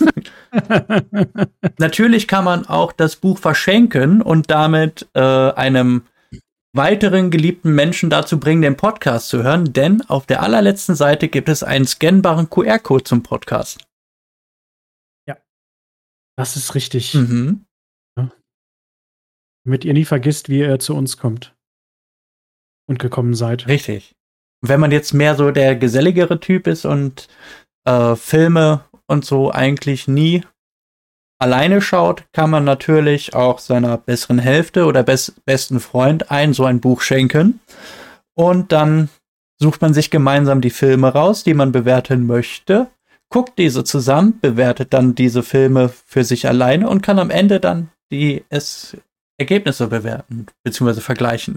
Natürlich kann man auch das Buch verschenken und damit einem weiteren geliebten Menschen dazu bringen, den Podcast zu hören, denn auf der allerletzten Seite gibt es einen scannbaren QR-Code zum Podcast. Ja, das ist richtig. Mhm. Ja. Damit ihr nie vergisst, wie ihr zu uns kommt und gekommen seid. Richtig. Wenn man jetzt mehr so der geselligere Typ ist und Filme und so eigentlich nie alleine schaut, kann man natürlich auch seiner besseren Hälfte oder besten Freund so ein Buch schenken. Und dann sucht man sich gemeinsam die Filme raus, die man bewerten möchte, guckt diese zusammen, bewertet dann diese Filme für sich alleine und kann am Ende dann die Ergebnisse bewerten bzw. vergleichen.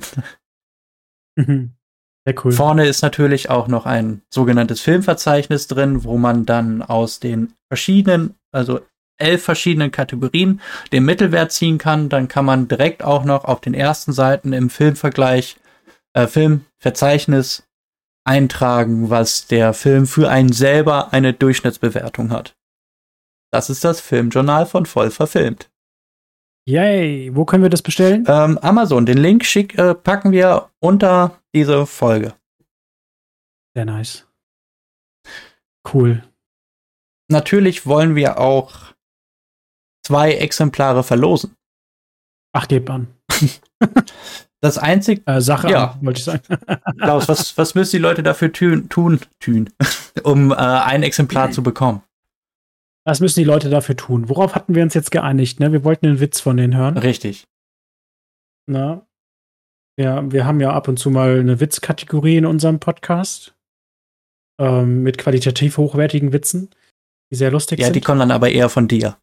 Sehr cool. Vorne ist natürlich auch noch ein sogenanntes Filmverzeichnis drin, wo man dann aus den verschiedenen, also 11 verschiedenen Kategorien den Mittelwert ziehen kann. Dann kann man direkt auch noch auf den ersten Seiten im Filmverzeichnis eintragen, was der Film für einen selber eine Durchschnittsbewertung hat. Das ist das Filmjournal von Voll verfilmt. Yay, wo können wir das bestellen? Amazon, den Link packen wir unter diese Folge. Sehr nice. Cool. Natürlich wollen wir auch 2 Exemplare verlosen. Ach, gebt an. Das einzige... Sache ja. an, wollte ich sagen. Klaus, was müssen die Leute dafür tun, um ein Exemplar zu bekommen? Was müssen die Leute dafür tun? Worauf hatten wir uns jetzt geeinigt? Ne? Wir wollten einen Witz von denen hören. Richtig. Na? Ja, wir haben ja ab und zu mal eine Witzkategorie in unserem Podcast. Mit qualitativ hochwertigen Witzen, die sehr lustig sind. Ja, die kommen dann aber eher von dir.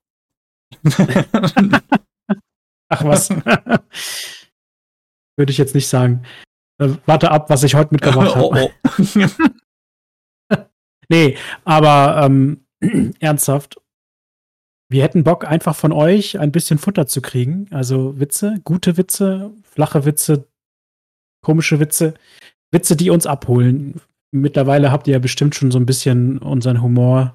Ach was. Würde ich jetzt nicht sagen. Warte ab, was ich heute mitgebracht habe. Nee, aber ernsthaft. Wir hätten Bock, einfach von euch ein bisschen Futter zu kriegen. Also Witze, gute Witze, flache Witze, komische Witze. Witze, die uns abholen. Mittlerweile habt ihr ja bestimmt schon so ein bisschen unseren Humor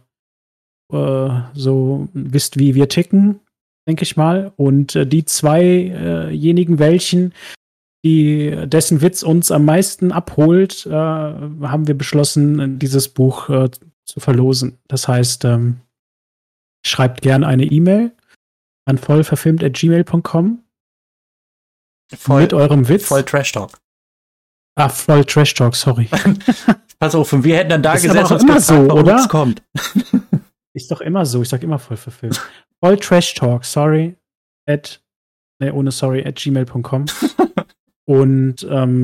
wisst, wie wir ticken, denke ich mal. Und die zweijenigen, dessen Witz uns am meisten abholt, haben wir beschlossen, dieses Buch zu verlosen. Das heißt, schreibt gerne eine E-Mail an vollverfilmt@gmail.com mit eurem Witz. Voll Trash Talk. Ah, voll Trash Talk, sorry. Pass auf, und wir hätten dann da ist gesetzt und immer so, oder? Es kommt. Ist doch immer so, ich sag immer voll verfilmt. Voll Trash Talk, sorry, @gmail.com. Und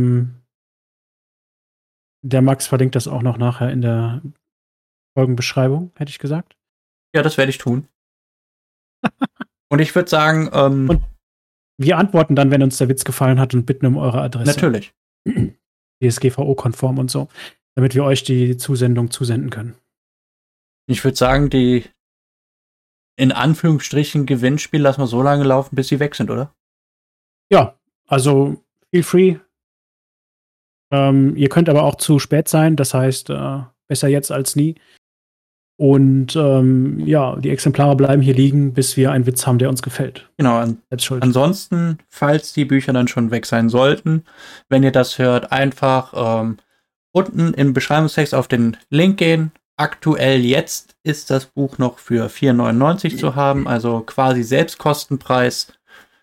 der Max verlinkt das auch noch nachher in der Folgenbeschreibung, hätte ich gesagt. Ja, das werde ich tun. Und ich würde sagen, und wir antworten dann, wenn uns der Witz gefallen hat und bitten um eure Adresse. Natürlich. DSGVO-konform und so, damit wir euch die Zusendung zusenden können. Ich würde sagen, die in Anführungsstrichen Gewinnspiel lassen wir so lange laufen, bis sie weg sind, oder? Ja, also feel free. Ihr könnt aber auch zu spät sein, das heißt, besser jetzt als nie. Und ja, die Exemplare bleiben hier liegen, bis wir einen Witz haben, der uns gefällt. Genau. Ansonsten, falls die Bücher dann schon weg sein sollten, wenn ihr das hört, einfach unten im Beschreibungstext auf den Link gehen. Aktuell jetzt ist das Buch noch für 4,99 zu haben, also quasi Selbstkostenpreis.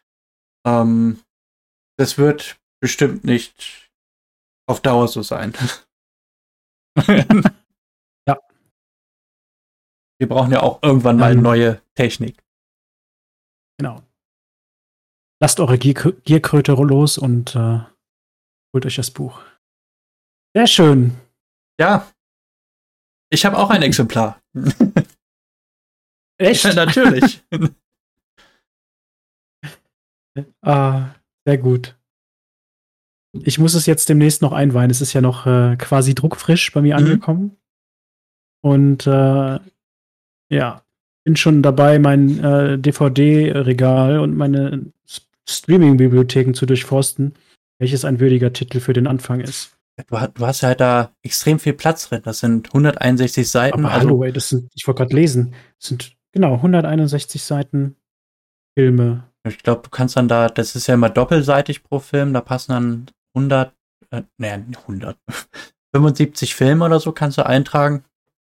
Das wird bestimmt nicht auf Dauer so sein. Ja. Wir brauchen ja auch irgendwann mal neue Technik. Genau. Lasst eure Gierkröte los und holt euch das Buch. Sehr schön. Ja. Ich habe auch ein Exemplar. Echt? Ja, natürlich. Sehr gut. Ich muss es jetzt demnächst noch einweihen. Es ist ja noch quasi druckfrisch bei mir angekommen. Und ja, bin schon dabei, mein DVD-Regal und meine Streaming-Bibliotheken zu durchforsten, welches ein würdiger Titel für den Anfang ist. Du hast ja halt da extrem viel Platz drin. Das sind 161 Seiten. Aber hallo, ey, ich wollte gerade lesen. Das sind, genau, 161 Seiten Filme. Ich glaube, du kannst dann da, das ist ja immer doppelseitig pro Film, da passen dann 75 Filme oder so kannst du eintragen.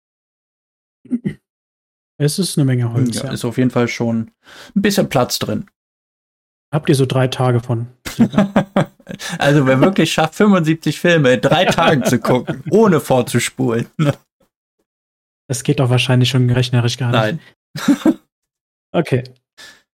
Es ist eine Menge Holz. Ja, ist auf jeden Fall schon ein bisschen Platz drin. Habt ihr so 3 Tage von? Also wer wirklich schafft, 75 Filme in 3 Tagen zu gucken, ohne vorzuspulen. Das geht doch wahrscheinlich schon rechnerisch gar nicht. Nein. Okay.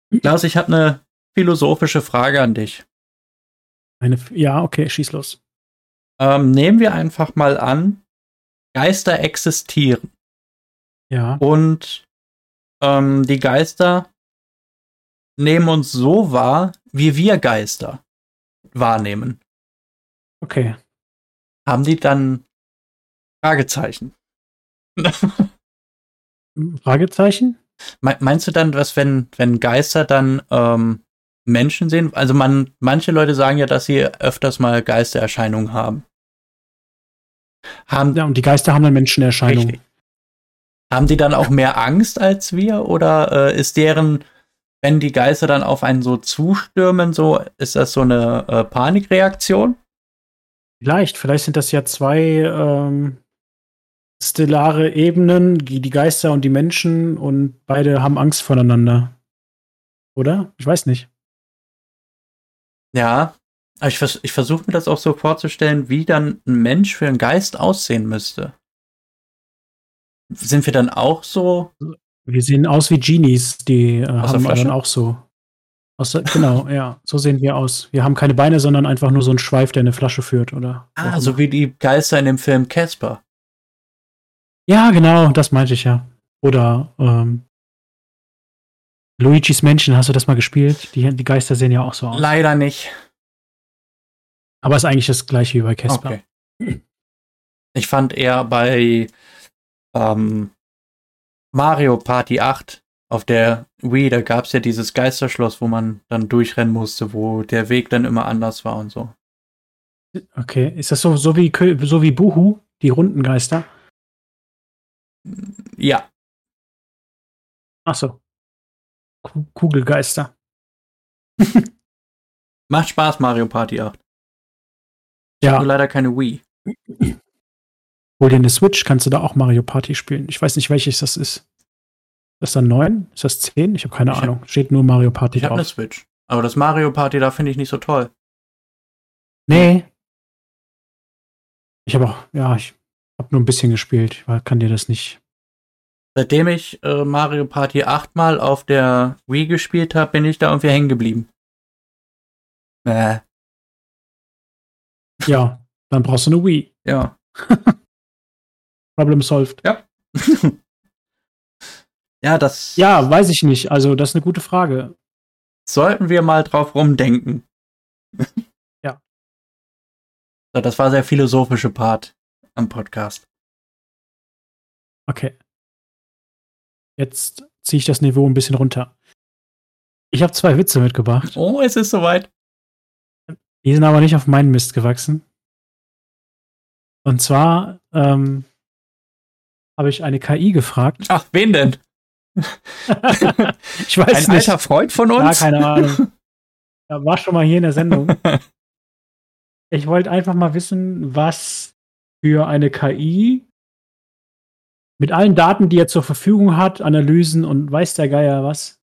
Klaus, ich habe eine philosophische Frage an dich. Ja, okay, schieß los. Nehmen wir einfach mal an, Geister existieren Ja, und die Geister nehmen uns so wahr, wie wir Geister wahrnehmen. okay. Haben die dann Fragezeichen? Fragezeichen? Meinst du dann, dass wenn Geister dann Menschen sehen? Also manche Leute sagen ja, dass sie öfters mal Geistererscheinungen haben. Ja, und die Geister haben dann Menschenerscheinungen. Richtig. Haben die dann auch mehr Angst als wir? Oder ist deren, wenn die Geister dann auf einen so zustürmen, so, ist das so eine Panikreaktion? Vielleicht sind das ja zwei stellare Ebenen, die Geister und die Menschen, und beide haben Angst voneinander. Oder? Ich weiß nicht. Ja, aber ich versuche mir das auch so vorzustellen, wie dann ein Mensch für einen Geist aussehen müsste. Sind wir dann auch so? Wir sehen aus wie Genies, die Aus der haben Flasche? dann auch so. Genau, ja, so sehen wir aus. Wir haben keine Beine, sondern einfach nur so einen Schweif, der eine Flasche führt, oder? Ah, so wie die Geister in dem Film Casper. Ja, genau, das meinte ich ja. Oder Luigi's Mansion, hast du das mal gespielt? Die Geister sehen ja auch so aus. Leider nicht. Aber ist eigentlich das gleiche wie bei Casper. Okay. Ich fand eher bei Mario Party 8 auf der Wii, da gab es ja dieses Geisterschloss, wo man dann durchrennen musste, wo der Weg dann immer anders war und so. Okay, ist das so wie Buhu, die Rundengeister? Ja, Ach so. Kugelgeister. macht Spaß, Mario Party 8. Ich Ja. habe nur leider keine Wii. Hol dir eine Switch, kannst du da auch Mario Party spielen. Ich weiß nicht, welches das ist. Ist das dann 9? Ist das 10? Ich habe keine Ahnung. Steht nur Mario Party Ich habe drauf. eine Switch. Aber das Mario Party da finde ich nicht so toll. Nee. Ich habe nur ein bisschen gespielt. Ich kann dir das nicht. Seitdem ich Mario Party 8 mal auf der Wii gespielt habe, bin ich da irgendwie hängen geblieben. Ja, dann brauchst du eine Wii. Ja. Problem solved. Ja. Ja, das. Ja, weiß ich nicht. Also, das ist eine gute Frage. Sollten wir mal drauf rumdenken. Ja. So, das war der philosophische Part am Podcast. Okay. Jetzt ziehe ich das Niveau ein bisschen runter. Ich habe 2 Witze mitgebracht. Oh, es ist soweit. Die sind aber nicht auf meinen Mist gewachsen. Und zwar habe ich eine KI gefragt. Ach, wen denn? Ich weiß Ein nicht. alter Freund von Ja, uns? keine Ahnung. Er war schon mal hier in der Sendung. Ich wollte einfach mal wissen, was für eine KI mit allen Daten, die er zur Verfügung hat, Analysen und weiß der Geier was,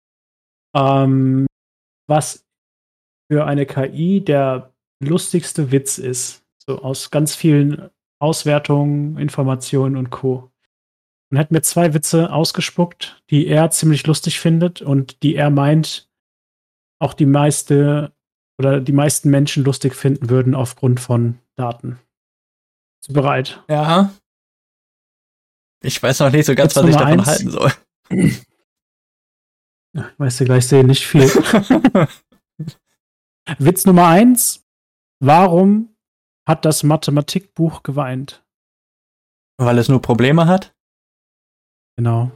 was für eine KI der lustigste Witz ist. So aus ganz vielen Auswertungen, Informationen und Co. Und hat mir 2 Witze ausgespuckt, die er ziemlich lustig findet und die er meint, auch die meisten Menschen lustig finden würden aufgrund von Daten. Bist du bereit? Ja. Ich weiß noch nicht so ganz, Witz was ich Nummer davon 1. halten soll. Weißt du, gleich sehen nicht viel. Witz Nummer 1. Warum hat das Mathematikbuch geweint? Weil es nur Probleme hat? Genau.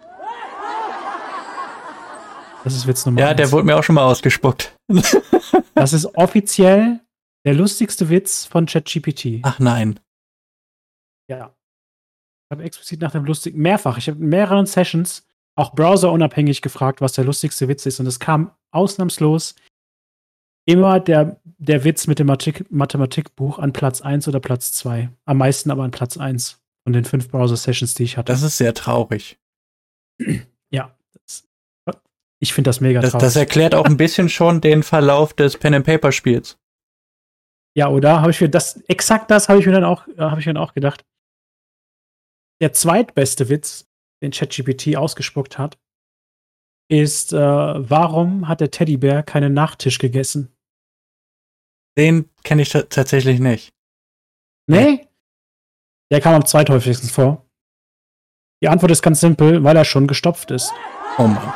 Das ist Witz Nummer 1. Ja, der wurde mir auch schon mal ausgespuckt. Das ist offiziell der lustigste Witz von ChatGPT. Ach nein. Ja. Ich habe explizit nach dem lustigen, mehrfach, ich habe in mehreren Sessions auch browserunabhängig gefragt, was der lustigste Witz ist. Und es kam ausnahmslos immer der Witz mit dem Mathematikbuch an Platz 1 oder Platz 2. Am meisten aber an Platz 1 von den 5 Browser-Sessions, die ich hatte. Das ist sehr traurig. Ja. Ich finde das mega traurig. Das erklärt auch ein bisschen schon den Verlauf des Pen-and-Paper-Spiels. Ja, oder? Habe ich mir dann auch gedacht. Der zweitbeste Witz, den ChatGPT ausgespuckt hat, ist, warum hat der Teddybär keinen Nachtisch gegessen? Den kenne ich tatsächlich nicht. Nee? Der kam am zweithäufigsten vor. Die Antwort ist ganz simpel, weil er schon gestopft ist. Oh Mann.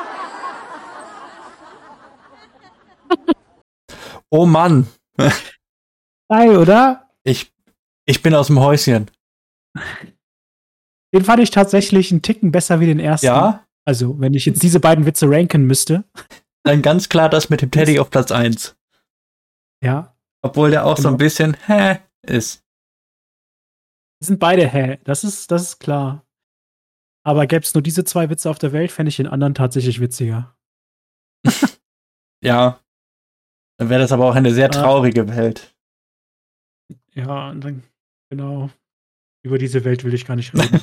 Oh Mann. Geil, oder? Ich bin aus dem Häuschen. Den fand ich tatsächlich einen Ticken besser wie den ersten. Ja? Also, wenn ich jetzt diese beiden Witze ranken müsste. Dann ganz klar das mit dem Teddy auf Platz 1. Ja. Obwohl der auch so ein bisschen ist. Die sind beide das ist klar. Aber gäbe es nur diese zwei Witze auf der Welt, fände ich den anderen tatsächlich witziger. Ja. Dann wäre das aber auch eine sehr traurige Welt. Ja, und dann, genau. Über diese Welt will ich gar nicht reden.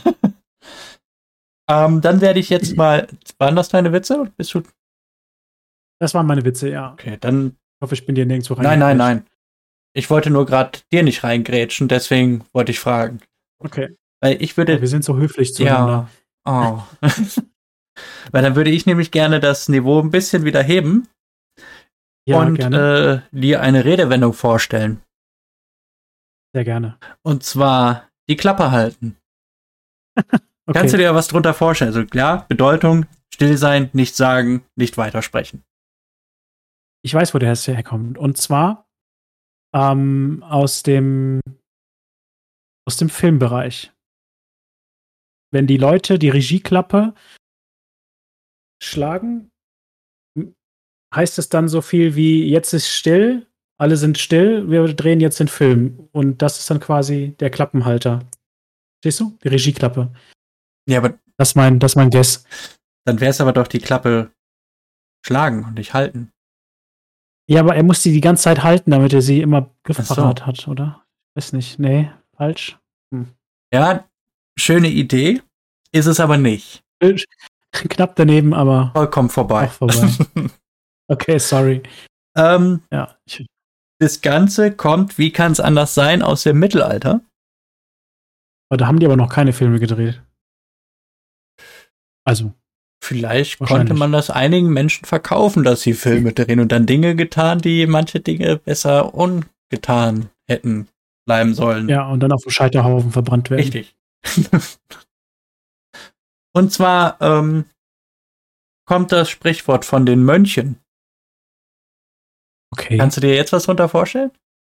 Dann werde ich jetzt mal. Waren das deine Witze? Bist du? Das waren meine Witze, ja. Okay, dann. Ich hoffe, ich bin dir nirgendwo rein. Nein. Ich wollte nur gerade dir nicht reingrätschen, deswegen wollte ich fragen. Okay. Weil ich würde. Ja, wir sind so höflich zueinander. Ja. Oh. Weil dann würde ich nämlich gerne das Niveau ein bisschen wieder heben. Ja, und dir eine Redewendung vorstellen. Sehr gerne. Und zwar die Klappe halten. Okay. Kannst du dir was drunter vorstellen? Also klar, Bedeutung, still sein, nichts sagen, nicht weitersprechen. Ich weiß, wo der herkommt. Und zwar aus dem Filmbereich. Wenn die Leute die Regieklappe schlagen, heißt es dann so viel wie, jetzt ist still, alle sind still, wir drehen jetzt den Film. Und das ist dann quasi der Klappenhalter. Siehst du? Die Regieklappe. Ja, aber das ist mein Guess. Dann wäre es aber doch die Klappe schlagen und nicht halten. Ja, aber er muss die ganze Zeit halten, damit er sie immer griffparat hat, oder? Weiß nicht. Nee, falsch. Ja, schöne Idee. Ist es aber nicht. Knapp daneben, aber vollkommen vorbei. Auch vorbei. Okay, sorry. Ja. Das Ganze kommt, wie kann es anders sein, aus dem Mittelalter. Da haben die aber noch keine Filme gedreht. Also. Vielleicht konnte man das einigen Menschen verkaufen, dass sie Filme drehen und dann Dinge getan, die manche Dinge besser ungetan hätten bleiben sollen. Ja, und dann auf dem Scheiterhaufen verbrannt werden. Richtig. Und zwar kommt das Sprichwort von den Mönchen. Okay. Kannst du dir jetzt was drunter vorstellen?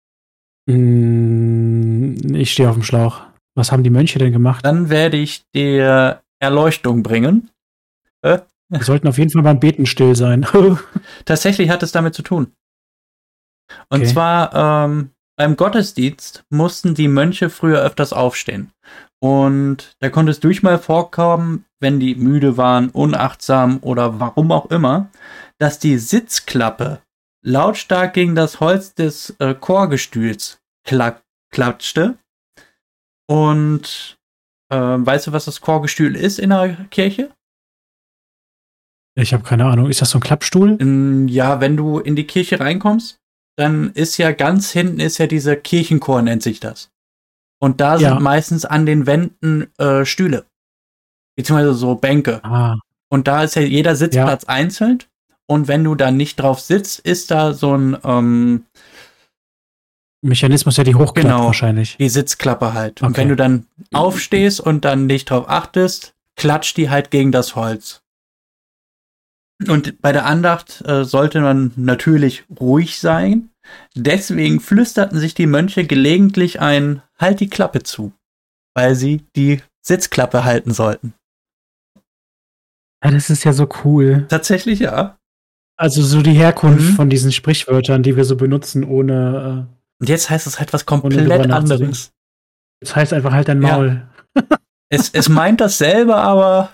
Ich stehe auf dem Schlauch. Was haben die Mönche denn gemacht? Dann werde ich dir Erleuchtung bringen. Wir sollten auf jeden Fall beim Beten still sein. Tatsächlich hat es damit zu tun. Und zwar beim Gottesdienst mussten die Mönche früher öfters aufstehen. Und da konnte es mal vorkommen, wenn die müde waren, unachtsam oder warum auch immer, dass die Sitzklappe lautstark gegen das Holz des Chorgestühls klatschte. Und weißt du, was das Chorgestühl ist in der Kirche? Ich habe keine Ahnung. Ist das so ein Klappstuhl? Ja, wenn du in die Kirche reinkommst, dann ist ja ganz hinten ist ja dieser Kirchenchor, nennt sich das. Und da sind meistens an den Wänden Stühle. Beziehungsweise so Bänke. Und da ist ja jeder Sitzplatz einzeln. Und wenn du da nicht drauf sitzt, ist da so ein Mechanismus, der die hochklappt wahrscheinlich. Die Sitzklappe halt. Und wenn du dann aufstehst und dann nicht drauf achtest, klatscht die halt gegen das Holz. Und bei der Andacht sollte man natürlich ruhig sein. Deswegen flüsterten sich die Mönche gelegentlich ein Halt die Klappe zu, weil sie die Sitzklappe halten sollten. Ja, das ist ja so cool. Tatsächlich, ja. Also so die Herkunft von diesen Sprichwörtern, die wir so benutzen, ohne und jetzt heißt es halt was komplett anderes. Es heißt einfach halt dein Maul. Ja. Es meint dasselbe, aber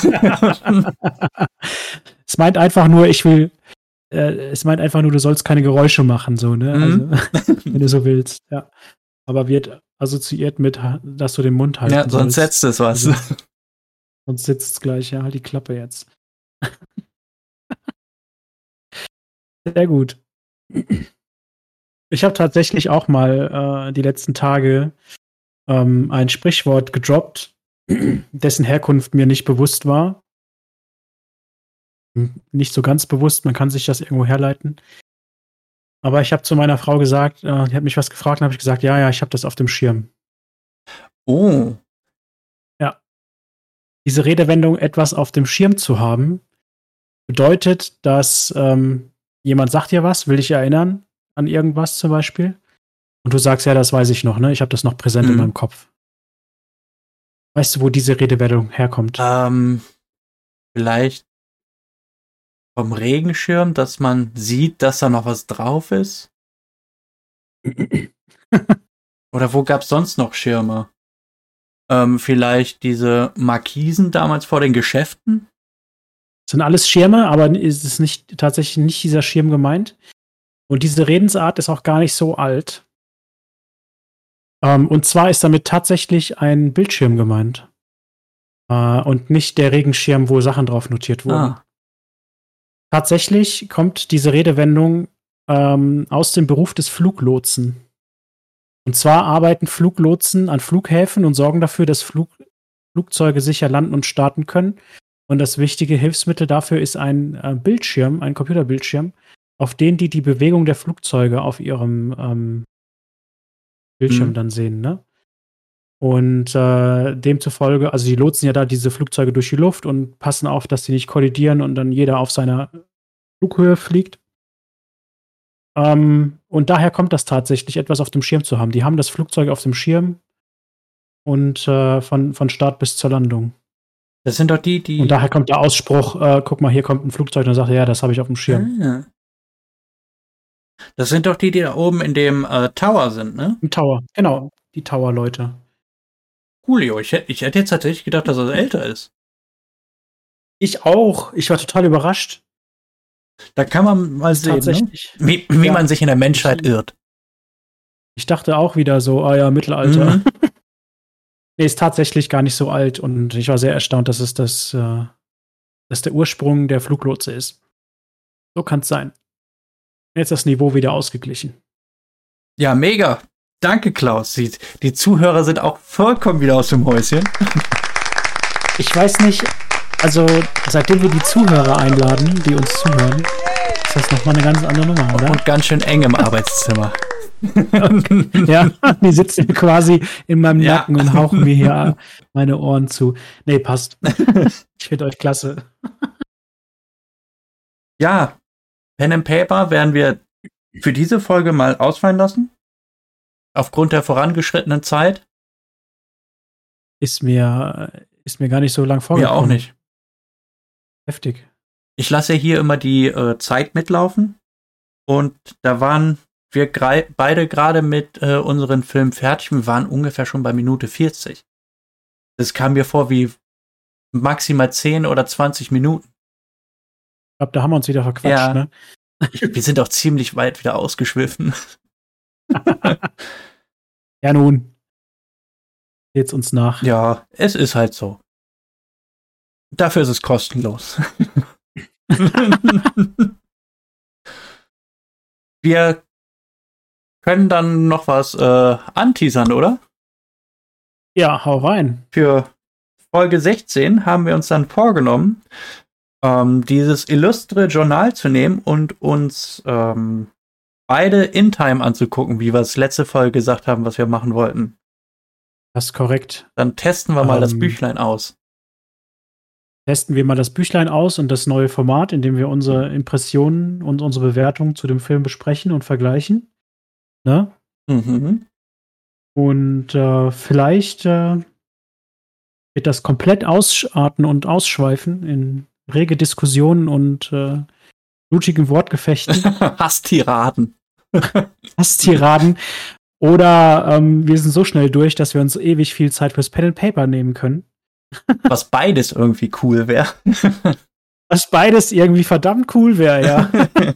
es meint einfach nur, du sollst keine Geräusche machen, so, ne? Also, wenn du so willst, ja. Aber wird assoziiert mit, dass du den Mund halten sollst. Sonst setzt es was. Also, sonst sitzt es gleich, ja, halt die Klappe jetzt. Sehr gut. Ich habe tatsächlich auch mal die letzten Tage ein Sprichwort gedroppt, dessen Herkunft mir nicht bewusst war. Nicht so ganz bewusst, man kann sich das irgendwo herleiten. Aber ich habe zu meiner Frau gesagt, die hat mich was gefragt, und habe ich gesagt, ja, ich habe das auf dem Schirm. Oh. Ja. Diese Redewendung, etwas auf dem Schirm zu haben, bedeutet, dass jemand sagt dir was, will dich erinnern an irgendwas zum Beispiel. Und du sagst, ja, das weiß ich noch, ne? Ich habe das noch präsent in meinem Kopf. Weißt du, wo diese Redewendung herkommt? Vielleicht vom Regenschirm, dass man sieht, dass da noch was drauf ist? Oder wo gab's sonst noch Schirme? Vielleicht diese Markisen damals vor den Geschäften? Das sind alles Schirme, aber es ist tatsächlich nicht dieser Schirm gemeint. Und diese Redensart ist auch gar nicht so alt. Und zwar ist damit tatsächlich ein Bildschirm gemeint. Und nicht der Regenschirm, wo Sachen drauf notiert wurden. Tatsächlich kommt diese Redewendung aus dem Beruf des Fluglotsen. Und zwar arbeiten Fluglotsen an Flughäfen und sorgen dafür, dass Flugzeuge sicher landen und starten können. Und das wichtige Hilfsmittel dafür ist ein Bildschirm, ein Computerbildschirm, auf den die Bewegung der Flugzeuge auf ihrem Bildschirm dann sehen, ne? Und demzufolge, also die lotsen ja da diese Flugzeuge durch die Luft und passen auf, dass sie nicht kollidieren und dann jeder auf seiner Flughöhe fliegt. Und daher kommt das tatsächlich, etwas auf dem Schirm zu haben. Die haben das Flugzeug auf dem Schirm und von Start bis zur Landung. Das sind doch die. Und daher kommt der Ausspruch, guck mal, hier kommt ein Flugzeug, und dann sagt er, ja, das habe ich auf dem Schirm. Das sind doch die da oben in dem Tower sind, ne? Im Tower, genau, die Tower-Leute. Coolio, ich hätte jetzt tatsächlich gedacht, dass er älter ist. Ich auch, ich war total überrascht. Da kann man mal sehen, tatsächlich, ne? Wie man sich in der Menschheit irrt. Ich dachte auch wieder so, Mittelalter. Nee, ist tatsächlich gar nicht so alt und ich war sehr erstaunt, dass es dass der Ursprung der Fluglotse ist. So kann es sein. Jetzt das Niveau wieder ausgeglichen. Ja, mega. Danke, Klaus. Die Zuhörer sind auch vollkommen wieder aus dem Häuschen. Ich weiß nicht, also seitdem wir die Zuhörer einladen, die uns zuhören, ist das nochmal eine ganz andere Nummer, oder? Und ganz schön eng im Arbeitszimmer. Okay. Ja, die sitzen quasi in meinem Nacken und hauchen mir hier meine Ohren zu. Nee, passt. Ich finde euch klasse. Ja, Pen and Paper werden wir für diese Folge mal ausfallen lassen. Aufgrund der vorangeschrittenen Zeit. Ist mir gar nicht so lang vorgekommen. Mir auch nicht. Heftig. Ich lasse hier immer die Zeit mitlaufen. Und da waren wir beide gerade mit unseren Filmen fertig. Wir waren ungefähr schon bei Minute 40. Das kam mir vor wie maximal 10 oder 20 Minuten. Ich glaube, da haben wir uns wieder verquatscht, ne? Wir sind auch ziemlich weit wieder ausgeschwiffen. Ja, nun. Seht's uns nach. Ja, es ist halt so. Dafür ist es kostenlos. Wir können dann noch was anteasern, oder? Ja, hau rein. Für Folge 16 haben wir uns dann vorgenommen, dieses illustre Journal zu nehmen und uns beide in Time anzugucken, wie wir es letzte Folge gesagt haben, was wir machen wollten. Das ist korrekt. Dann testen wir mal das Büchlein aus. Testen wir mal das Büchlein aus und das neue Format, in dem wir unsere Impressionen und unsere Bewertungen zu dem Film besprechen und vergleichen. Ne? Mhm. Und vielleicht wird das komplett ausarten und ausschweifen in rege Diskussionen und blutigen Wortgefechten. Hasstiraden. Hasstiraden. Oder wir sind so schnell durch, dass wir uns ewig viel Zeit fürs Pen and Paper nehmen können. Was beides irgendwie cool wäre. Was beides irgendwie verdammt cool wäre, ja.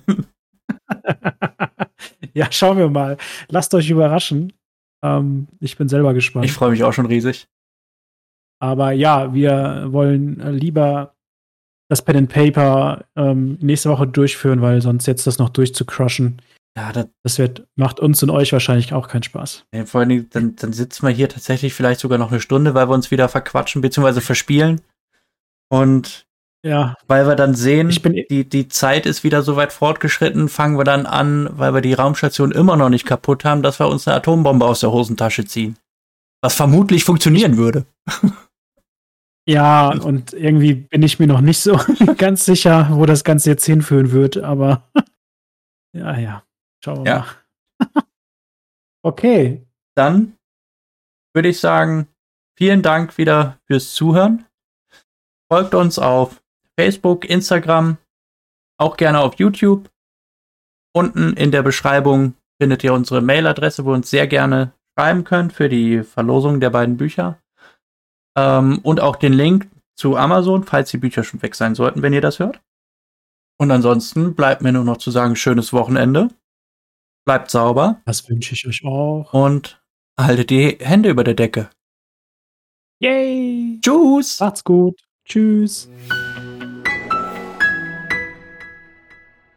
Ja, schauen wir mal. Lasst euch überraschen. Ich bin selber gespannt. Ich freue mich auch schon riesig. Aber ja, wir wollen lieber das Pen and Paper nächste Woche durchführen, weil sonst jetzt das noch durchzucrushen. Ja, das macht uns und euch wahrscheinlich auch keinen Spaß. Ja, vor allen Dingen, dann sitzen wir hier tatsächlich vielleicht sogar noch eine Stunde, weil wir uns wieder verquatschen bzw. verspielen. Und Ja. Weil wir dann sehen, Ich bin die Zeit ist wieder so weit fortgeschritten, fangen wir dann an, weil wir die Raumstation immer noch nicht kaputt haben, dass wir uns eine Atombombe aus der Hosentasche ziehen. Was vermutlich funktionieren würde. Ja, und irgendwie bin ich mir noch nicht so ganz sicher, wo das Ganze jetzt hinführen wird, aber ja, schauen wir Ja. mal. Okay. Dann würde ich sagen, vielen Dank wieder fürs Zuhören. Folgt uns auf Facebook, Instagram, auch gerne auf YouTube. Unten in der Beschreibung findet ihr unsere Mailadresse, wo ihr uns sehr gerne schreiben könnt für die Verlosung der beiden Bücher. Und auch den Link zu Amazon, falls die Bücher schon weg sein sollten, wenn ihr das hört. Und ansonsten bleibt mir nur noch zu sagen, schönes Wochenende. Bleibt sauber. Das wünsche ich euch auch. Und haltet die Hände über der Decke. Yay! Tschüss! Macht's gut. Tschüss.